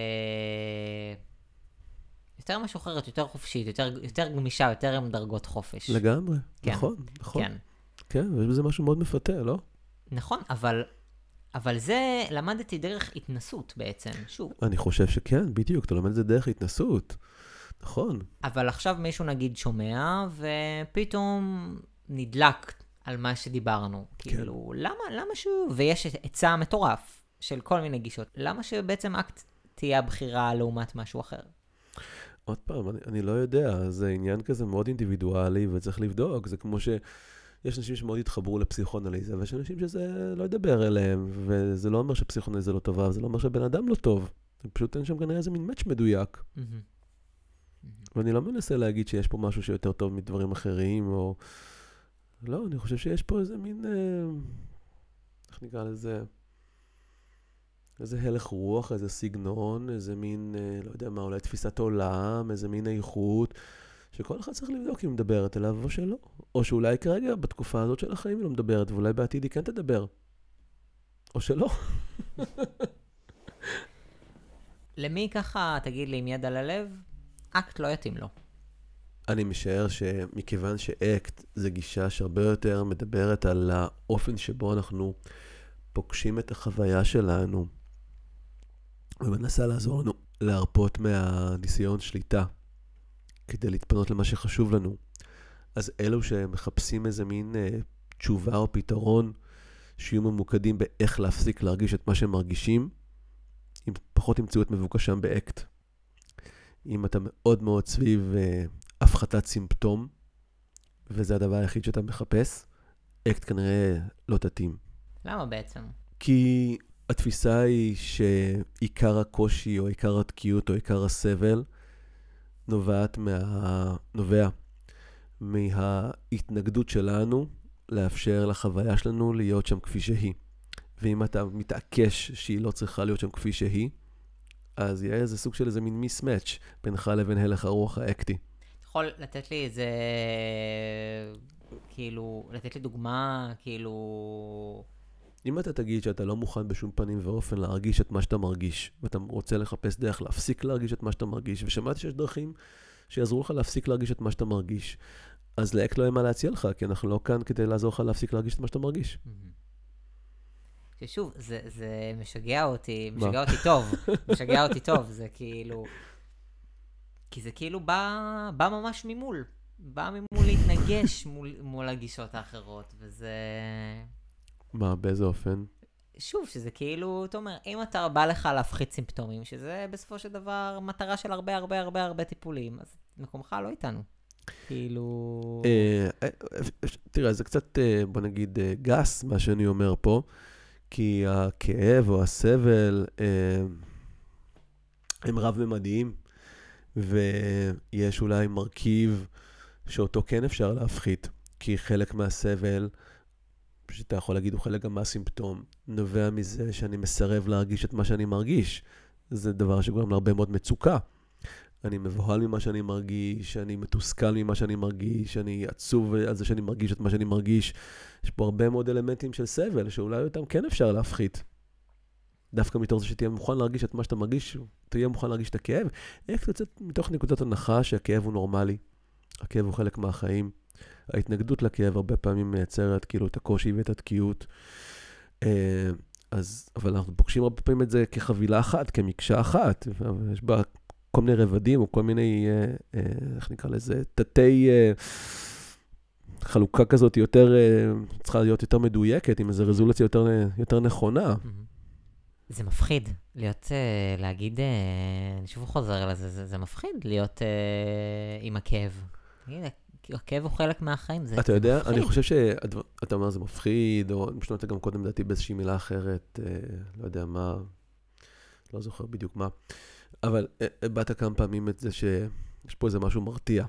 אה, יותר משוחררת, יותר חופשית, יותר, יותר גמישה, יותר עם דרגות חופש. לגמרי, כן. נכון, נכון. כן. כן, ויש בזה משהו מאוד מפתה, לא? נכון, אבל... אבל זה למדתי דרך התנסות בעצם, שוב. אני חושב שכן, בדיוק, אתה לומד את זה דרך התנסות. נכון. אבל עכשיו מישהו נגיד שומע, ופתאום נדלק על מה שדיברנו. כן. כאילו, למה, למה שהוא... ויש עצה מטורף של כל מיני גישות. למה שבעצם אקט תהיה הבחירה לעומת משהו אחר? עוד פעם, אני, אני לא יודע, זה עניין כזה מאוד אינדיבידואלי, וצריך לבדוק. זה כמו ש... יש אנשים שמאוד התחברו לפסיכואנליזה, ויש אנשים שזה לא ידבר אליהם, וזה לא אומר שפסיכואנליזה לא טובה, וזה לא אומר שהבן אדם לא טוב. פשוט אין שם כנראה איזה מין מאץ' מדויק. Mm-hmm. Mm-hmm. ואני לא מנסה להגיד שיש פה משהו שיותר טוב מדברים אחרים, או... לא, אני חושב שיש פה איזה מין... אה... איך נקרא לזה? איזה הלך רוח, איזה סגנון, איזה מין, אה, לא יודע מה, אולי תפיסת עולם, איזה מין איכות, שכל אחד צריך לבדוק אם מדברת אליו או שלא. או שאולי כרגע, בתקופה הזאת של החיים היא לא מדברת, ואולי בעתיד היא כן תדבר. או שלא. למי ככה, תגיד לי עם יד על הלב, אקט לא יתאים לו. אני משער שמכיוון שאקט זה גישה שהרבה יותר מדברת על האופן שבו אנחנו פוגשים את החוויה שלנו, ומנסה לעזור לנו להרפות מהניסיון שליטה, כדי להתפנות למה שחשוב לנו. אז אלו שמחפשים איזה מין אה, תשובה או פתרון, שיהיו ממוקדים באיך להפסיק להרגיש את מה שהם מרגישים, אם פחות ימצאו את מבוקשם באקט. אם אתה מאוד מאוד סביב אה, הפחתת סימפטום, וזה הדבר היחיד שאתה מחפש, אקט כנראה לא תתאים. למה בעצם? כי התפיסה היא שעיקר הקושי, או עיקר התקיעות, או עיקר הסבל, נובעת מה... נובע מההתנגדות שלנו לאפשר לחוויה שלנו להיות שם כפי שהיא. ואם אתה מתעקש שהיא לא צריכה להיות שם כפי שהיא, אז יהיה איזה סוג של איזה מין מיסמץ' בינך לבין הלך הרוח האקטי. אתה יכול לתת לי איזה... כאילו... לתת לי דוגמה, כאילו... אם אתה תגיד שאתה לא מוכן בשום פנים ואופן להרגיש את מה שאתה מרגיש, ואתה רוצה לחפש דרך להפסיק להרגיש את מה שאתה מרגיש, ושמעתי שיש דרכים שיעזרו לך להפסיק להרגיש את מה שאתה מרגיש, אז לאקט לא יהיה מה להציע לך, כי אנחנו לא כאן כדי לעזור לך להפסיק להרגיש את מה שאתה מרגיש. ששוב, זה, זה משגע אותי, משגע אותי טוב, משגע אותי טוב, זה כאילו... כי זה כאילו בא, בא ממש ממול, בא ממול להתנגש מול, מול הגישות האחרות, וזה... מה, באיזה אופן? שוב, שזה כאילו, אתה אומר, אם אתה בא לך להפחית סימפטומים, שזה בסופו של דבר מטרה של הרבה הרבה הרבה הרבה טיפולים, אז מקומך לא איתנו. כאילו... תראה, זה קצת, בוא נגיד, גס, מה שאני אומר פה, כי הכאב או הסבל הם רב-ממדיים, ויש אולי מרכיב שאותו כן אפשר להפחית, כי חלק מהסבל, שאתה יכול להגיד, הוא חלק גם מהסימפטום, נובע מזה שאני מסרב להרגיש את מה שאני מרגיש. זה דבר שגורם להרבה מאוד מצוקה. אני מבוהל ממה שאני מרגיש, אני מתוסכל ממה שאני מרגיש, אני עצוב על זה שאני מרגיש את מה שאני מרגיש. יש פה הרבה מאוד אלמנטים של סבל, שאולי אותם כן אפשר להפחית. דווקא מתוך זה שתהיה מוכן להרגיש את מה שאתה מרגיש, תהיה מוכן להרגיש את הכאב. איך תוצאת מתוך נקודת הנחה שהכאב הוא נורמלי? הכאב הוא חלק מהחיים. ההתנגדות לכאב הרבה פעמים מייצרת כאילו את הקושי ואת התקיעות. אז, אבל אנחנו פוגשים הרבה פעמים את זה כחבילה אחת, כמקשה אחת. יש בה כל מיני רבדים או כל מיני, איך נקרא לזה, תתי חלוקה כזאת יותר, צריכה להיות יותר מדויקת, עם איזו רזולציה יותר, יותר נכונה. זה מפחיד להיות, להגיד, אני שוב חוזר לזה, זה, זה מפחיד להיות עם הכאב. הכאב הוא חלק מהחיים, זה מפחיד. אתה יודע, אני חושב שאתה אומר, זה מפחיד, או משנות גם קודם דעתי באיזושהי מילה אחרת, לא יודע מה, לא זוכר בדיוק מה, אבל באת כמה פעמים את זה שיש פה איזה משהו מרתיע,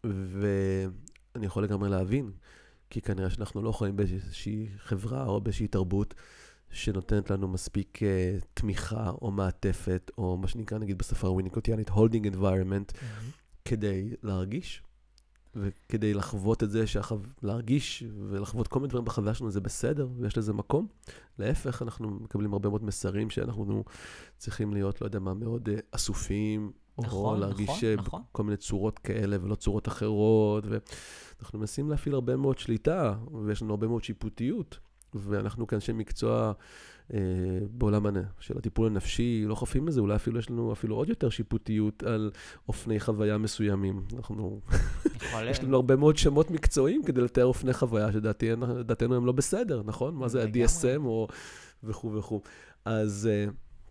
ואני יכול לגמרי להבין, כי כנראה שאנחנו לא יכולים באיזושהי חברה או באיזושהי תרבות, שנותנת לנו מספיק uh, תמיכה או מעטפת, או מה שנקרא נגיד בשפה הוויניקוטיאנית, holding environment, mm-hmm. כדי להרגיש, וכדי לחוות את זה, שהחו... להרגיש ולחוות כל מיני דברים בחוויה שלנו, זה בסדר, ויש לזה מקום. להפך, אנחנו מקבלים הרבה מאוד מסרים שאנחנו צריכים להיות, לא יודע מה, מאוד uh, אסופים, נכון, או להרגיש נכון, uh, נכון. כל מיני צורות כאלה ולא צורות אחרות, ואנחנו מנסים להפעיל הרבה מאוד שליטה, ויש לנו הרבה מאוד שיפוטיות, ואנחנו כאנשי מקצוע אה, בעולם של הטיפול הנפשי, לא חופים לזה, אולי אפילו יש לנו אפילו עוד יותר שיפוטיות על אופני חוויה מסוימים. אנחנו, יש לנו הרבה מאוד שמות מקצועיים כדי לתאר אופני חוויה, שדעתנו הם לא בסדר, נכון? מה זה ה-די אס אם או וכו' וכו'. אז אה,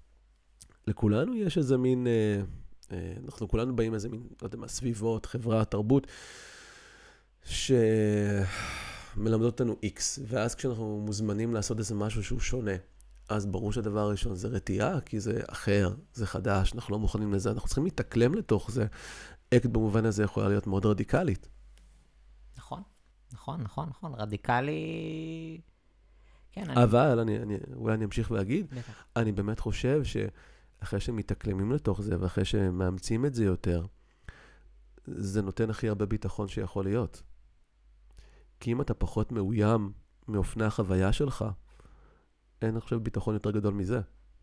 לכולנו יש איזה מין, אה, אה, אנחנו כולנו באים איזה מין, לא יודע מה, סביבות, חברה, תרבות, ש... מלמדות אותנו X, ואז כשאנחנו מוזמנים לעשות איזה משהו שהוא שונה, אז ברור שהדבר הראשון זה רתיעה, כי זה אחר, זה חדש, אנחנו לא מוכנים לזה, אנחנו צריכים להתאקלם לתוך זה. אקט במובן הזה יכולה להיות מאוד רדיקלית. נכון, נכון, נכון, נכון, רדיקלי... כן, אבל, אני, אני, אולי אני אמשיך להגיד, בטח. אני באמת חושב שאחרי שמתאקלמים לתוך זה, ואחרי שמאמצים את זה יותר, זה נותן הכי הרבה ביטחון שיכול להיות. כי אם אתה פחות מאוים מאופני החוויה שלך, אין, אני חושב, ביטחון יותר גדול מזה.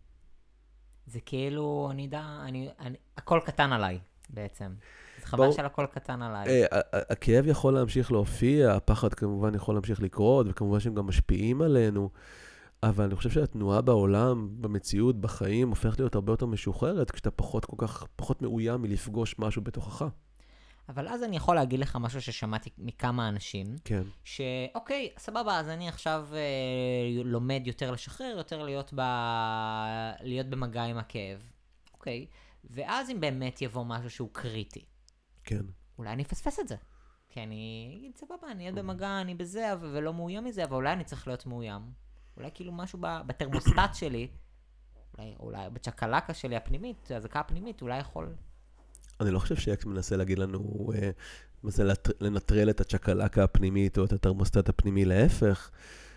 זה כאילו, אני יודע, אני, אני, הכל קטן עליי, בעצם. זה חוויה של הכל קטן עליי. הכאב יכול להמשיך להופיע, הפחד כמובן יכול להמשיך לקרות, וכמובן שהם גם משפיעים עלינו, אבל אני חושב שהתנועה בעולם, במציאות, בחיים, הופכת להיות הרבה יותר משוחררת, כשאתה פחות כל כך, פחות מאוים מלפגוש משהו בתוכך. אבל אז אני יכול להגיד לך משהו ששמעתי מכמה אנשים. כן. שאוקיי, סבבה, אז אני עכשיו אה, לומד יותר לשחרר, יותר להיות, ב... להיות במגע עם הכאב. אוקיי. ואז אם באמת יבוא משהו שהוא קריטי. כן. אולי אני אפספס את זה. כי אני אגיד, סבבה, אני אהיה במגע, אני בזה, ולא מאוים מזה, אבל אולי אני צריך להיות מאוים. אולי כאילו משהו בטרמוסטט שלי, אולי, אולי בצ'קלקה שלי הפנימית, הזקה הפנימית, אולי יכול... לפעמים. אני לא חושב שאקס מנסה להגיד לנו, מנסה לנטרל את הצ'קלקה הפנימית או את התרמוסטט הפנימי, להפך.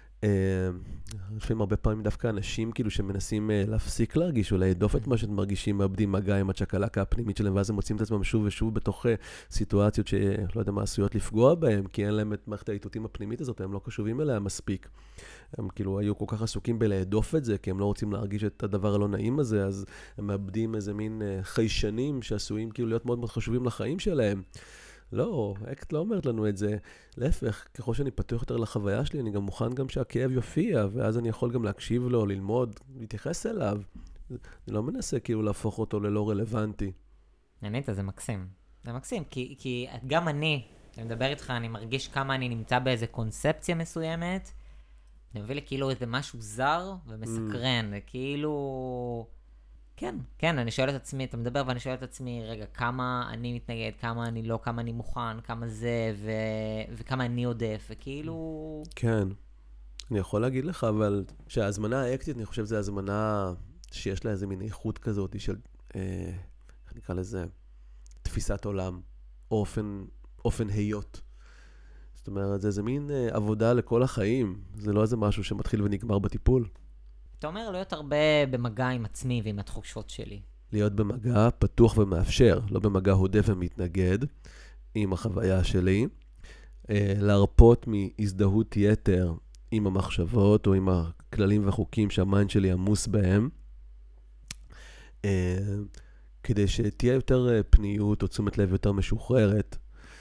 לפעמים הרבה פעמים דווקא אנשים כאילו שמנסים להפסיק להרגיש או להדוף את מה שהם מרגישים, מאבדים מגע עם הצ'קלקה הפנימית שלהם, ואז הם מוצאים את עצמם שוב ושוב בתוך סיטואציות שלא יודע מה עשויות לפגוע בהם, כי אין להם את מערכת האיתותים הפנימית הזאת, הם לא קשובים אליה מספיק. הם כאילו היו כל כך עסוקים בלהדוף את זה, כי הם לא רוצים להרגיש את הדבר הלא נעים הזה, אז הם מאבדים איזה מין חיישנים שעשויים כאילו להיות מאוד מאוד חשובים לחיים שלהם. לא, אקט לא אומרת לנו את זה. להפך, ככל שאני פתוח יותר לחוויה שלי, אני גם מוכן גם שהכאב יופיע, ואז אני יכול גם להקשיב לו, ללמוד, להתייחס אליו. אני לא מנסה כאילו להפוך אותו ללא רלוונטי. נהנית, זה מקסים. זה מקסים, כי, כי גם אני, אני מדבר איתך, אני מרגיש כמה אני נמצא באיזה קונספציה מסוימת, זה מביא לי כאילו איזה משהו זר ומסקרן, mm. כאילו... כן, כן, אני שואל את עצמי, אתה מדבר ואני שואל את עצמי, רגע, כמה אני מתנגד, כמה אני לא, כמה אני מוכן, כמה זה, ו... וכמה אני עודף, וכאילו... כן, אני יכול להגיד לך, אבל שההזמנה האקטית, אני חושב, זה הזמנה שיש לה איזה מין איכות כזאת של, אה, איך נקרא לזה, תפיסת עולם, אופן, אופן היות. זאת אומרת, זה איזה מין אה, עבודה לכל החיים, זה לא איזה משהו שמתחיל ונגמר בטיפול. אתה אומר להיות הרבה במגע עם עצמי ועם התחושות שלי. להיות במגע פתוח ומאפשר, לא במגע הודה ומתנגד עם החוויה שלי, להרפות מהזדהות יתר עם המחשבות או עם הכללים והחוקים שהמיינד שלי עמוס בהם, כדי שתהיה יותר פניות או תשומת לב יותר משוחררת,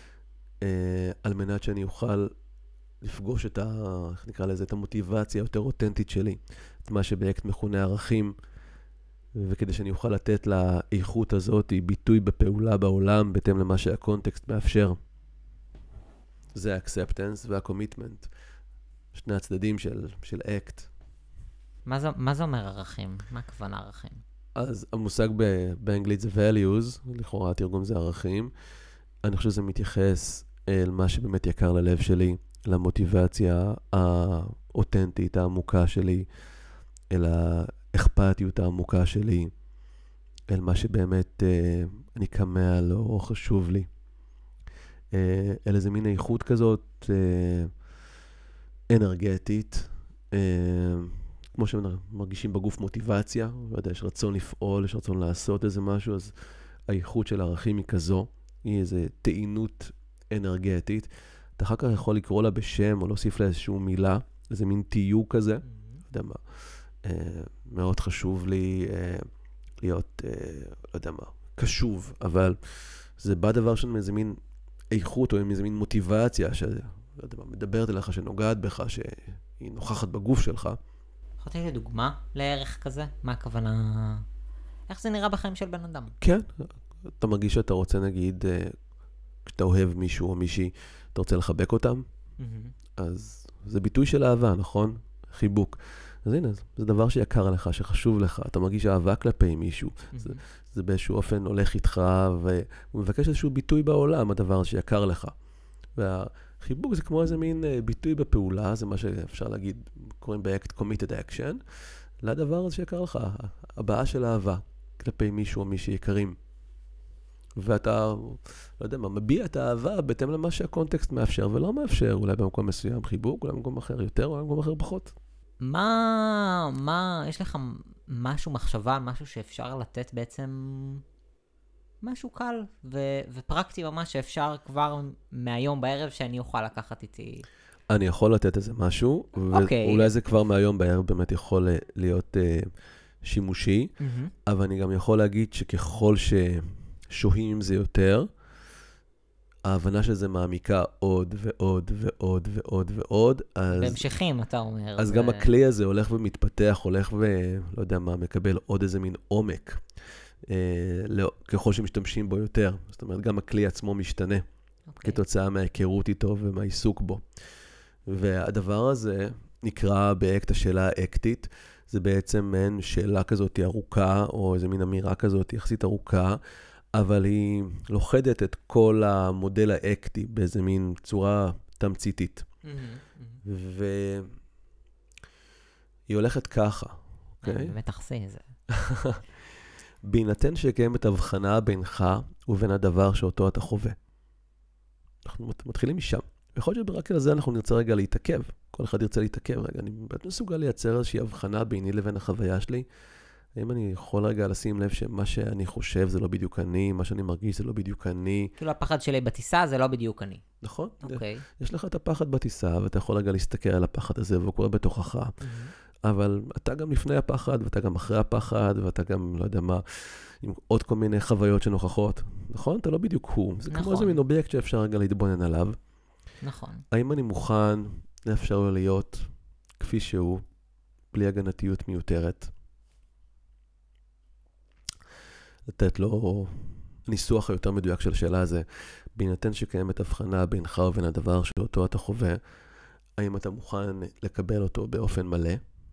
על מנת שאני אוכל לפגוש את ה, איך נקרא לזה, את המוטיבציה היותר אותנטית שלי, את מה שבאקט מכונה ערכים, וכדי שאני אוכל לתת לאיכות הזאת ביטוי בפעולה בעולם, בהתאם למה שהקונטקסט מאפשר. זה ה-acceptance וה-commitment, שני הצדדים של, של אקט. מה זה, מה זה אומר ערכים? מה הכוונה ערכים? אז המושג ב- באנגלית זה values, לכאורה התרגום זה ערכים. אני חושב שזה מתייחס אל מה שבאמת יקר ללב שלי, למוטיבציה האותנטית, העמוקה שלי, אל האכפתיות העמוקה שלי, אל מה שבאמת אה, אני קמא לו או חשוב לי. אה, אל איזה מין איכות כזאת אה, אנרגטית, אה, כמו שמרגישים בגוף מוטיבציה, לא יודע, יש רצון לפעול, יש רצון לעשות איזה משהו, אז האיכות של הערכים היא כזו, היא איזו טעינות אנרגטית. אתה אחר כך יכול לקרוא לה בשם, או להוסיף לה איזושהי מילה, איזה מין תיוג כזה. Mm-hmm. לא יודע מה, אה, מאוד חשוב לי אה, להיות, אה, לא יודע מה, קשוב, אבל זה בא דבר שם מאיזה מין איכות, או עם איזה מין מוטיבציה, שלא יודע מה, מדברת אליך, שנוגעת בך, שהיא נוכחת בגוף שלך. יכולתי לדוגמה לערך כזה? מה הכוונה? איך זה נראה בחיים של בן אדם? כן, אתה מרגיש שאתה רוצה, נגיד, כשאתה אוהב מישהו או מישהי, אתה רוצה לחבק אותם, mm-hmm. אז זה ביטוי של אהבה, נכון? חיבוק. אז הנה, זה דבר שיקר לך, שחשוב לך, אתה מרגיש אהבה כלפי מישהו, mm-hmm. זה, זה באיזשהו אופן הולך איתך, והוא מבקש איזשהו ביטוי בעולם, הדבר שיקר לך. והחיבוק זה כמו איזה מין ביטוי בפעולה, זה מה שאפשר להגיד, קוראים באקט committed action, לדבר הזה שיקר לך, הבאה של אהבה, כלפי מישהו או מישהי יקרים. ואתה, לא יודע מה, מביע את האהבה בהתאם למה שהקונטקסט מאפשר ולא מאפשר, אולי במקום מסוים חיבוק, אולי במקום אחר יותר, אולי במקום אחר פחות. מה, מה, יש לך משהו, מחשבה, משהו שאפשר לתת בעצם, משהו קל ו- ופרקטי ממש שאפשר כבר מהיום בערב שאני אוכל לקחת איתי? אני יכול לתת איזה משהו, אוקיי. ואולי זה כבר מהיום בערב באמת יכול להיות uh, שימושי, mm-hmm. אבל אני גם יכול להגיד שככל ש... שוהים עם זה יותר, ההבנה שזה מעמיקה עוד ועוד ועוד ועוד ועוד. אז, בהמשכים, אתה אומר. אז ו... גם הכלי הזה הולך ומתפתח, הולך ולא יודע מה, מקבל עוד איזה מין עומק, אה, לא, ככל שמשתמשים בו יותר. זאת אומרת, גם הכלי עצמו משתנה, okay. כתוצאה מההיכרות איתו ומהעיסוק בו. והדבר הזה נקרא באקט השאלה האקטית, זה בעצם מעין שאלה כזאת ארוכה, או איזה מין אמירה כזאת יחסית ארוכה, אבל היא לוחדת את כל המודל האקטי באיזה מין צורה תמציתית. Mm-hmm, mm-hmm. והיא הולכת ככה, אוקיי? Okay? באמת תחסי זה. בהינתן שקיימת הבחנה בינך ובין הדבר שאותו אתה חווה. אנחנו מתחילים משם. יכול להיות שברק על זה אנחנו נרצה רגע להתעכב. כל אחד ירצה להתעכב רגע. אני באמת מסוגל לייצר איזושהי הבחנה ביני לבין החוויה שלי. האם אני יכול רגע לשים לב שמה שאני חושב זה לא בדיוק אני, מה שאני מרגיש זה לא בדיוק אני. כאילו הפחד שלי בטיסה זה לא בדיוק אני. נכון. אוקיי. יש לך את הפחד בטיסה, ואתה יכול רגע להסתכל על הפחד הזה, והוא קורה בתוכך. אבל אתה גם לפני הפחד, ואתה גם אחרי הפחד, ואתה גם, לא יודע מה, עם עוד כל מיני חוויות שנוכחות. נכון? אתה לא בדיוק הוא. זה כמו איזה מין אובייקט שאפשר רגע להתבונן עליו. נכון. האם אני מוכן לאפשר לו להיות כפי שהוא, בלי הגנתיות מיותרת? לתת לו ניסוח היותר מדויק של השאלה הזה, בהינתן שקיימת הבחנה בינך ובין הדבר שאותו אתה חווה, האם אתה מוכן לקבל אותו באופן מלא,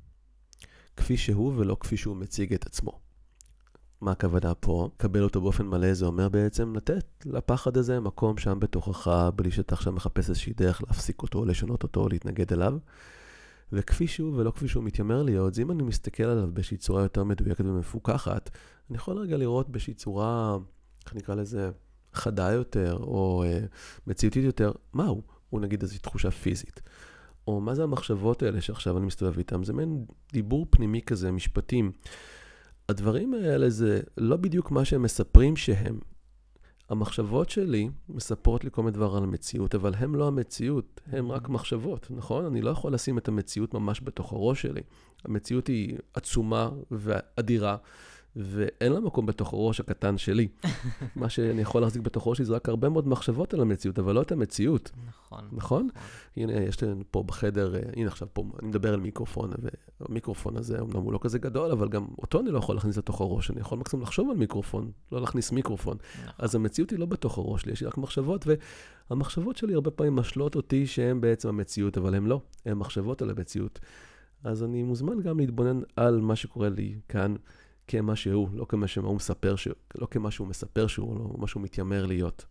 כפי שהוא ולא כפי שהוא מציג את עצמו. מה הכוונה פה? קבל אותו באופן מלא, זה אומר בעצם לתת לפחד הזה מקום שם בתוכך, בלי שאתה עכשיו מחפש איזושהי דרך להפסיק אותו, לשנות אותו, להתנגד אליו. וכפי שהוא ולא כפי שהוא מתיימר להיות, זה אם אני מסתכל עליו באיזושהי צורה יותר מדויקת ומפוקחת, אני יכול רגע לראות באיזושהי צורה, איך נקרא לזה, חדה יותר, או uh, מציאותית יותר, מהו? הוא נגיד איזושהי תחושה פיזית. או מה זה המחשבות האלה שעכשיו אני מסתובב איתם? זה מעין דיבור פנימי כזה, משפטים. הדברים האלה זה לא בדיוק מה שהם מספרים שהם. המחשבות שלי מספרות לי כל מיני דבר על המציאות, אבל הם לא המציאות, הם רק מחשבות, נכון? אני לא יכול לשים את המציאות ממש בתוך הראש שלי. המציאות היא עצומה ואדירה, ואין לה מקום בתוך הראש הקטן שלי. מה שאני יכול להחזיק בתוך הראש שלי זה רק הרבה מאוד מחשבות על המציאות, אבל לא את המציאות. נכון. נכון? הנה, יש לנו פה בחדר, הנה עכשיו פה, אני מדבר על מיקרופון, והמיקרופון הזה, אמנם הוא לא כזה גדול, אבל גם אותו אני לא יכול להכניס לתוך הראש, אני יכול מקסימום לחשוב על מיקרופון, לא להכניס מיקרופון. אז המציאות היא לא בתוך הראש שלי, יש לי רק מחשבות, והמחשבות שלי הרבה פעמים משלות אותי שהן בעצם המציאות, אבל הן לא, הן מחשבות על המציאות. אז אני מוזמן גם להתבונן על מה שקורה לי כאן, כמה שהוא, לא כמה שהוא מספר שהוא, לא כמה שהוא מספר שהוא, לא מה שהוא מתיימר להיות.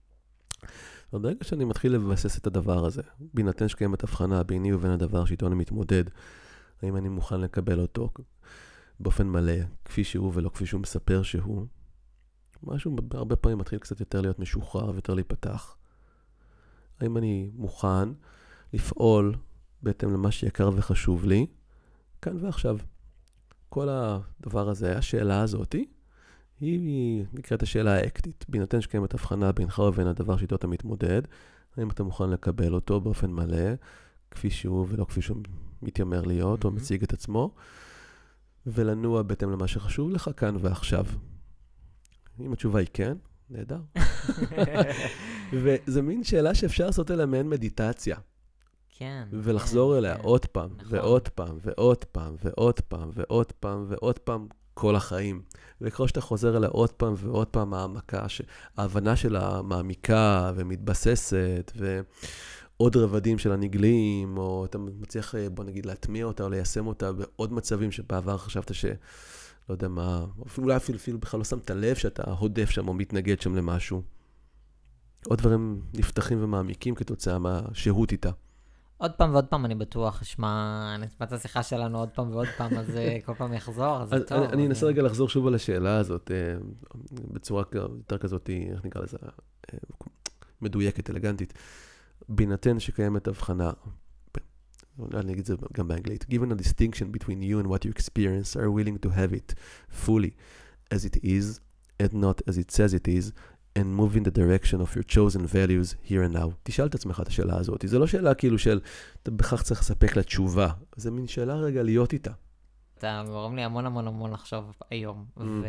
אבל ברגע שאני מתחיל לבסס את הדבר הזה, בהינתן שקיימת הבחנה ביני ובין הדבר שאיתו אני מתמודד, האם אני מוכן לקבל אותו באופן מלא, כפי שהוא ולא כפי שהוא מספר שהוא, משהו הרבה פעמים מתחיל קצת יותר להיות משוחרר ויותר להיפתח. האם אני מוכן לפעול בהתאם למה שיקר וחשוב לי, כאן ועכשיו. כל הדבר הזה, השאלה הזאת, היא נקראת השאלה האקטית. בהינתן שקיימת הבחנה בינך ובין הדבר שאיתו אתה מתמודד, האם אתה מוכן לקבל אותו באופן מלא, כפי שהוא ולא כפי שהוא מתיימר להיות, mm-hmm. או מציג את עצמו, ולנוע בהתאם למה שחשוב לך כאן ועכשיו. אם התשובה היא כן, נהדר. וזה מין שאלה שאפשר לעשות אליה מעין מדיטציה. כן. ולחזור כן, אליה כן. עוד פעם, נכון. ועוד פעם, ועוד פעם, ועוד פעם, ועוד פעם, ועוד פעם, כל החיים. וככל שאתה חוזר אליה עוד פעם ועוד פעם, העמקה, ההבנה שלה מעמיקה ומתבססת, ועוד רבדים של הנגלים, או אתה מצליח, בוא נגיד, להטמיע אותה או ליישם אותה בעוד מצבים שבעבר חשבת ש... לא יודע מה, אולי אפילו, אפילו בכלל לא שמת לב שאתה הודף שם או מתנגד שם למשהו. עוד דברים נפתחים ומעמיקים כתוצאה מהשהות איתה. עוד פעם ועוד פעם אני בטוח, אשמע, נצפת השיחה שלנו עוד פעם ועוד פעם, אז כל פעם יחזור, אז זה טוב. אני אנסה רגע לחזור שוב על השאלה הזאת, בצורה יותר כזאת, איך נקרא לזה, מדויקת, אלגנטית. בהינתן שקיימת הבחנה, אני אגיד את זה גם באנגלית, given a distinction between you and what you experience, are willing to have it fully as it is, and not as it says it is, and move in the direction of your chosen values here and now. תשאל את עצמך את השאלה הזאת. זו לא שאלה כאילו של, אתה בכך צריך לספק לה תשובה. זה מין שאלה רגע להיות איתה. אתה גורם לי המון המון המון לחשוב היום. ו...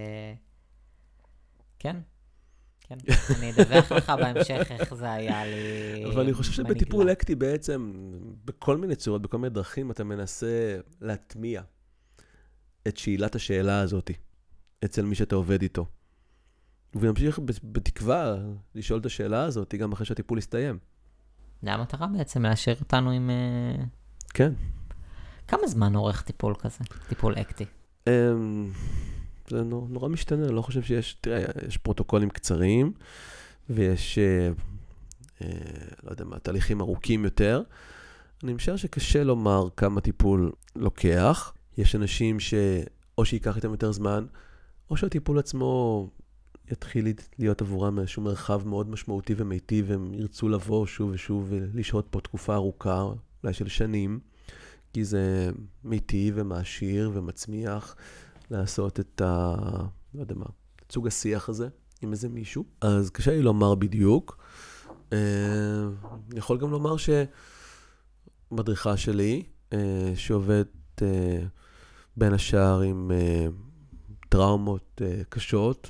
כן. כן. אני אדווח לך בהמשך איך זה היה לי... אבל אני חושב שבטיפול אקטי בעצם, בכל מיני צורות, בכל מיני דרכים, אתה מנסה להטמיע את שאלת השאלה הזאת אצל מי שאתה עובד איתו. ונמשיך בתקווה לשאול את השאלה הזאת, גם אחרי שהטיפול יסתיים. זה המטרה בעצם, להשאיר אותנו עם... כן. כמה זמן עורך טיפול כזה? טיפול אקטי? זה נורא משתנה, אני לא חושב שיש... תראה, יש פרוטוקולים קצרים, ויש, לא יודע מה, תהליכים ארוכים יותר. אני משער שקשה לומר כמה טיפול לוקח. יש אנשים שאו שיקח איתם יותר זמן, או שהטיפול עצמו... יתחיל להיות עבורם איזשהו מרחב מאוד משמעותי ומיטיב, והם ירצו לבוא שוב ושוב ולשהות פה תקופה ארוכה, אולי של שנים, כי זה מיטיב ומעשיר ומצמיח לעשות את ה... לא יודע מה, את סוג השיח הזה עם איזה מישהו. אז קשה לי לומר בדיוק. אני יכול גם לומר שמדריכה שלי, שעובדת בין השאר עם טראומות קשות,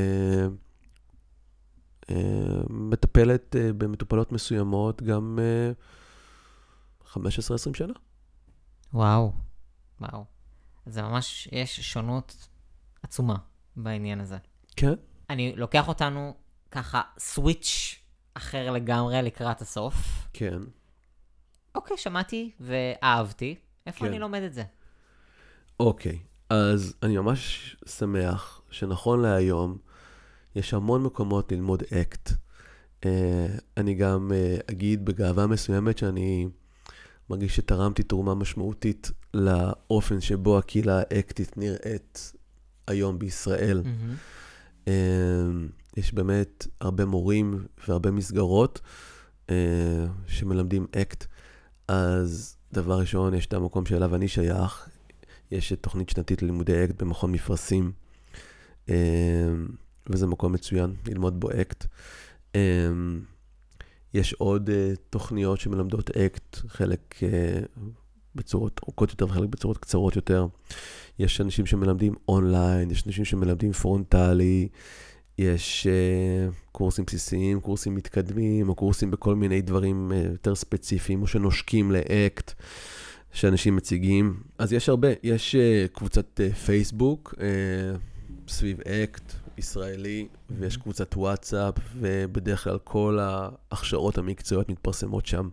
מטפלת במטופלות מסוימות גם חמש עשרה עשרים שנה. וואו, וואו. זה ממש, יש שונות עצומה בעניין הזה. כן. אני לוקח אותנו ככה סוויץ' אחר לגמרי לקראת הסוף. כן. אוקיי, שמעתי ואהבתי. איפה כן. אני לומד את זה? אוקיי, אז אני ממש שמח שנכון להיום, יש המון מקומות ללמוד אקט. Uh, אני גם uh, אגיד בגאווה מסוימת שאני מרגיש שתרמתי תרומה משמעותית לאופן שבו הקהילה האקטית נראית היום בישראל. Mm-hmm. Uh, יש באמת הרבה מורים והרבה מסגרות uh, שמלמדים אקט. אז דבר ראשון, יש את המקום שאליו אני שייך. יש תוכנית שנתית ללימודי אקט במכון מפרשים. Uh, וזה מקום מצוין ללמוד בו אקט. Um, יש עוד uh, תוכניות שמלמדות אקט, חלק uh, בצורות ארוכות יותר וחלק בצורות קצרות יותר. יש אנשים שמלמדים אונליין, יש אנשים שמלמדים פרונטלי, יש uh, קורסים בסיסיים, קורסים מתקדמים, או קורסים בכל מיני דברים uh, יותר ספציפיים, או שנושקים לאקט, שאנשים מציגים. אז יש הרבה, יש uh, קבוצת uh, פייסבוק, uh, סביב אקט, ישראלי, ויש קבוצת וואטסאפ, ובדרך כלל כל ההכשרות המקצועיות מתפרסמות שם.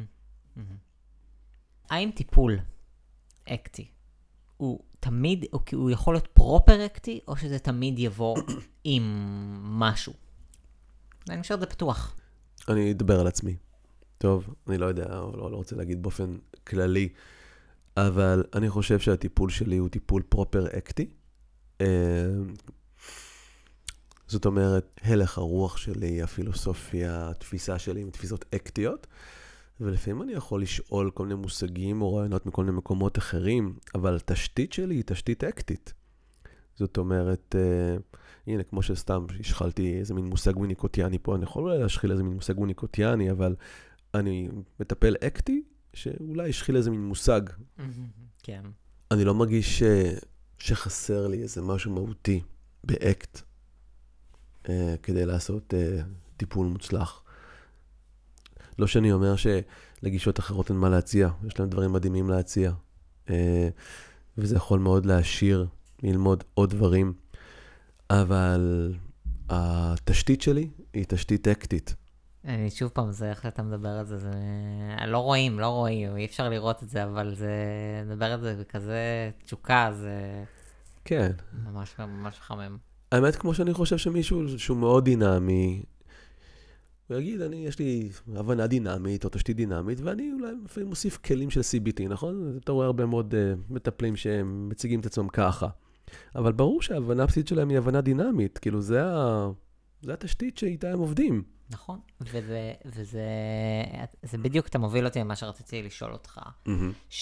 האם טיפול אקטי הוא תמיד, או כי הוא יכול להיות פרופר אקטי, או שזה תמיד יבוא עם משהו? אני חושב שזה פתוח. אני אדבר על עצמי. טוב, אני לא יודע, לא, לא רוצה להגיד באופן כללי, אבל אני חושב שהטיפול שלי הוא טיפול פרופר אקטי. זאת אומרת, הלך הרוח שלי, הפילוסופיה, התפיסה שלי עם תפיסות אקטיות, ולפעמים אני יכול לשאול כל מיני מושגים או רעיונות מכל מיני מקומות אחרים, אבל התשתית שלי היא תשתית אקטית. זאת אומרת, אה, הנה, כמו שסתם השחלתי איזה מין מושג ויניקוטיאני פה, אני יכול אולי להשחיל איזה מין מושג ויניקוטיאני, אבל אני מטפל אקטי, שאולי השחיל איזה מין מושג. כן. אני לא מרגיש ש... שחסר לי איזה משהו מהותי באקט, אה, כדי לעשות אה, טיפול מוצלח. לא שאני אומר שלגישות אחרות אין מה להציע, יש להם דברים מדהימים להציע, אה, וזה יכול מאוד להשאיר, ללמוד עוד דברים, אבל התשתית שלי היא תשתית אקטית. אני שוב פעם, זה איך אתה מדבר על זה, זה... לא רואים, לא רואים, אי אפשר לראות את זה, אבל זה... מדבר על זה בכזה תשוקה, זה... כן. ממש, ממש חמם. האמת, כמו שאני חושב שמישהו שהוא מאוד דינמי, הוא יגיד, אני, יש לי הבנה דינמית או תשתית דינמית, ואני אולי לפעמים מוסיף כלים של סי בי טי, נכון? אתה רואה הרבה מאוד uh, מטפלים שהם מציגים את עצמם ככה. אבל ברור שההבנה הבסיסית שלהם היא הבנה דינמית, כאילו זה, ה... זה התשתית שאיתה הם עובדים. נכון, וזה, וזה זה בדיוק, אתה מוביל אותי למה שרציתי לשאול אותך, mm-hmm.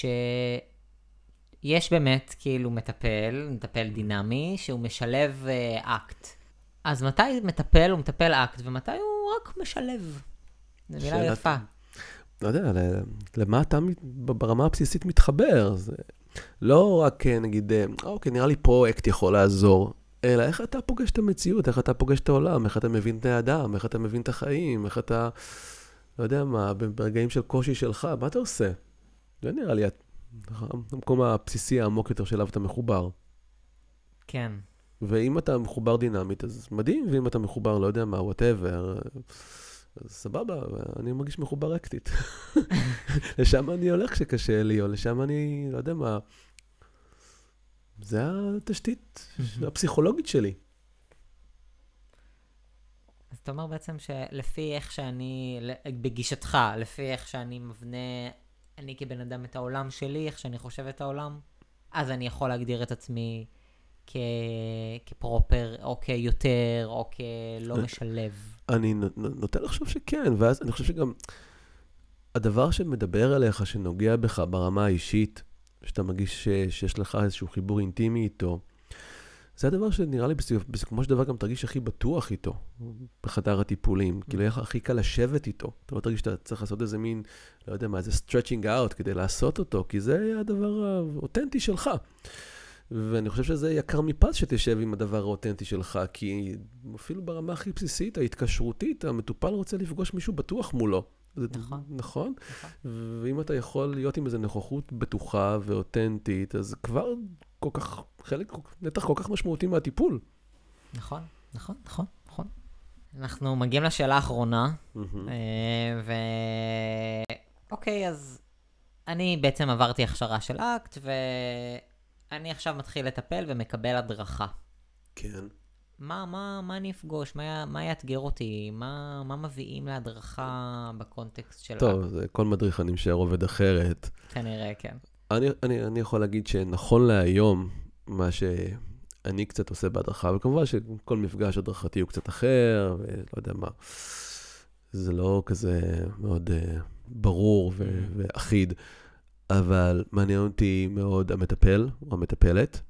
שיש באמת כאילו מטפל, מטפל דינמי, שהוא משלב uh, אקט. אז מתי מטפל הוא מטפל אקט, ומתי הוא רק משלב? זו מילה שאלת... יפה. לא יודע, למה אתה ברמה הבסיסית מתחבר? זה לא רק נגיד, אוקיי, נראה לי פה אקט יכול לעזור, אלא איך אתה פוגש את המציאות, איך אתה פוגש את העולם, איך אתה מבין את האדם, איך אתה מבין את החיים, איך אתה, לא יודע מה, ברגעים של קושי שלך, מה אתה עושה? זה נראה לי המקום הבסיסי העמוק יותר שאליו אתה מחובר. כן. ואם אתה מחובר דינמית, אז מדהים, ואם אתה מחובר, לא יודע מה, whatever, אז סבבה, אני מרגיש מחובר אקטית. לשם אני הולך כשקשה לי, או לשם אני, לא יודע מה, זה התשתית הפסיכולוגית שלי. אז אתה אומר בעצם שלפי איך שאני, בגישתך, לפי איך שאני מבנה, אני כבן אדם את העולם שלי, איך שאני חושב את העולם, אז אני יכול להגדיר את עצמי כ... כפרופר, או כיותר, או כלא משלב. אני נוטה לחשוב שכן, ואז אני חושב שגם הדבר שמדבר עליך, שנוגע בך ברמה האישית, שאתה מרגיש שיש לך איזשהו חיבור אינטימי איתו, זה הדבר שנראה לי בסיכומו של דבר גם תרגיש הכי בטוח איתו, בחדר הטיפולים, כאילו יהיה הכי קל לשבת איתו. אתה לא תרגיש שאתה צריך לעשות איזה מין, לא יודע מה, איזה stretching out כדי לעשות אותו, כי זה הדבר האותנטי שלך. ואני חושב שזה יקר מפז שתשב עם הדבר האותנטי שלך, כי אפילו ברמה הכי בסיסית, ההתקשרותית, המטופל רוצה לפגוש מישהו בטוח מולו. נכון. נכון? ואם אתה יכול להיות עם איזו נוכחות בטוחה ואותנטית, אז כבר כל כך, חלק, נתח כל כך משמעותי מהטיפול. נכון, נכון, נכון, נכון. אנחנו מגיעים לשאלה האחרונה, ו... אוקיי, אז אני בעצם עברתי הכשרה של אקט, ואני עכשיו מתחיל לטפל ומקבל הדרכה. כן. מה, מה, מה אני אפגוש? מה, מה יאתגר אותי? מה, מה מביאים להדרכה בקונטקסט של... טוב, זה כל מדריך אני משאר עובד אחרת. כנראה, כן. אני, אני, אני יכול להגיד שנכון להיום, מה שאני קצת עושה בהדרכה, וכמובן שכל מפגש הדרכתי הוא קצת אחר, ולא יודע מה. זה לא כזה מאוד uh, ברור ו- ואחיד, אבל מעניין אותי מאוד המטפל או המטפלת,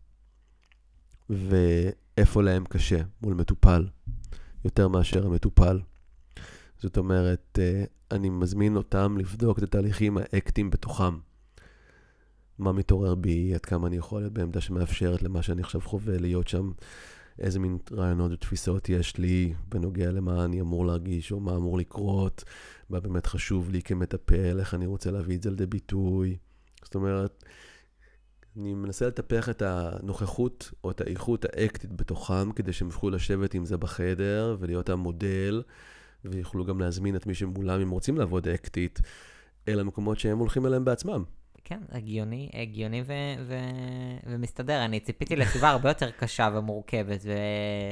ואיפה להם קשה מול מטופל, יותר מאשר המטופל. זאת אומרת, uh, אני מזמין אותם לבדוק את התהליכים האקטיים בתוכם. מה מתעורר בי, עד כמה אני יכול להיות בעמדה שמאפשרת למה שאני עכשיו חווה, להיות שם, איזה מין רעיונות ותפיסות יש לי בנוגע למה אני אמור להרגיש, או מה אמור לקרות, מה באמת חשוב לי כמטפל, איך אני רוצה להביא את זה לידי ביטוי. זאת אומרת, אני מנסה לטפח את הנוכחות או את האיכות האקטית בתוכם, כדי שהם יוכלו לשבת עם זה בחדר ולהיות המודל, ויוכלו גם להזמין את מי שמולם, אם רוצים לעבוד אקטית, אל המקומות שהם הולכים אליהם בעצמם. כן, הגיוני, הגיוני ו- ו- ומסתדר. אני ציפיתי לסביבה הרבה יותר קשה ומורכבת, ו...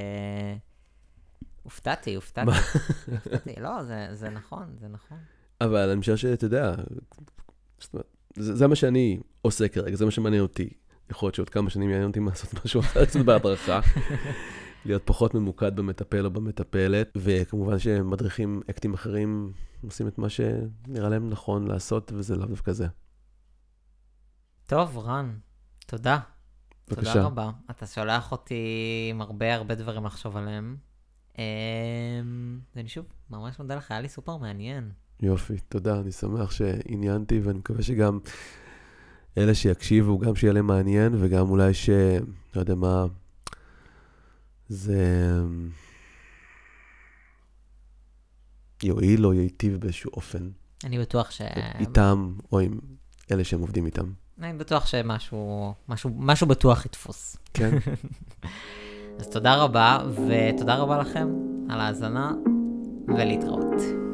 הופתעתי, הופתעתי. הופתעתי. לא, זה, זה נכון, זה נכון. אבל אני חושב שאתה יודע, זה, זה מה שאני עושה כרגע, זה מה שמעניין אותי. יכול להיות שעוד כמה שנים יעניין אותי לעשות משהו אחר קצת בהדרכה. להיות פחות ממוקד במטפל או במטפלת, וכמובן שמדריכים אקטים אחרים עושים את מה שנראה להם נכון לעשות, וזה לאו דווקא זה. טוב, רן, תודה. בבקשה. תודה רבה. אתה שולח אותי עם הרבה הרבה דברים לחשוב עליהם. ואני שוב, ממש מודה לך, היה לי סופר מעניין. יופי, תודה, אני שמח שעניינתי, ואני מקווה שגם אלה שיקשיבו, גם שיהיה להם מעניין, וגם אולי ש... לא יודע מה... זה... יועיל או ייטיב באיזשהו אופן. אני בטוח ש... איתם, או עם אלה שהם עובדים איתם. אני בטוח שמשהו, משהו, משהו בטוח יתפוס. כן. אז תודה רבה, ותודה רבה לכם על ההאזנה, ולהתראות.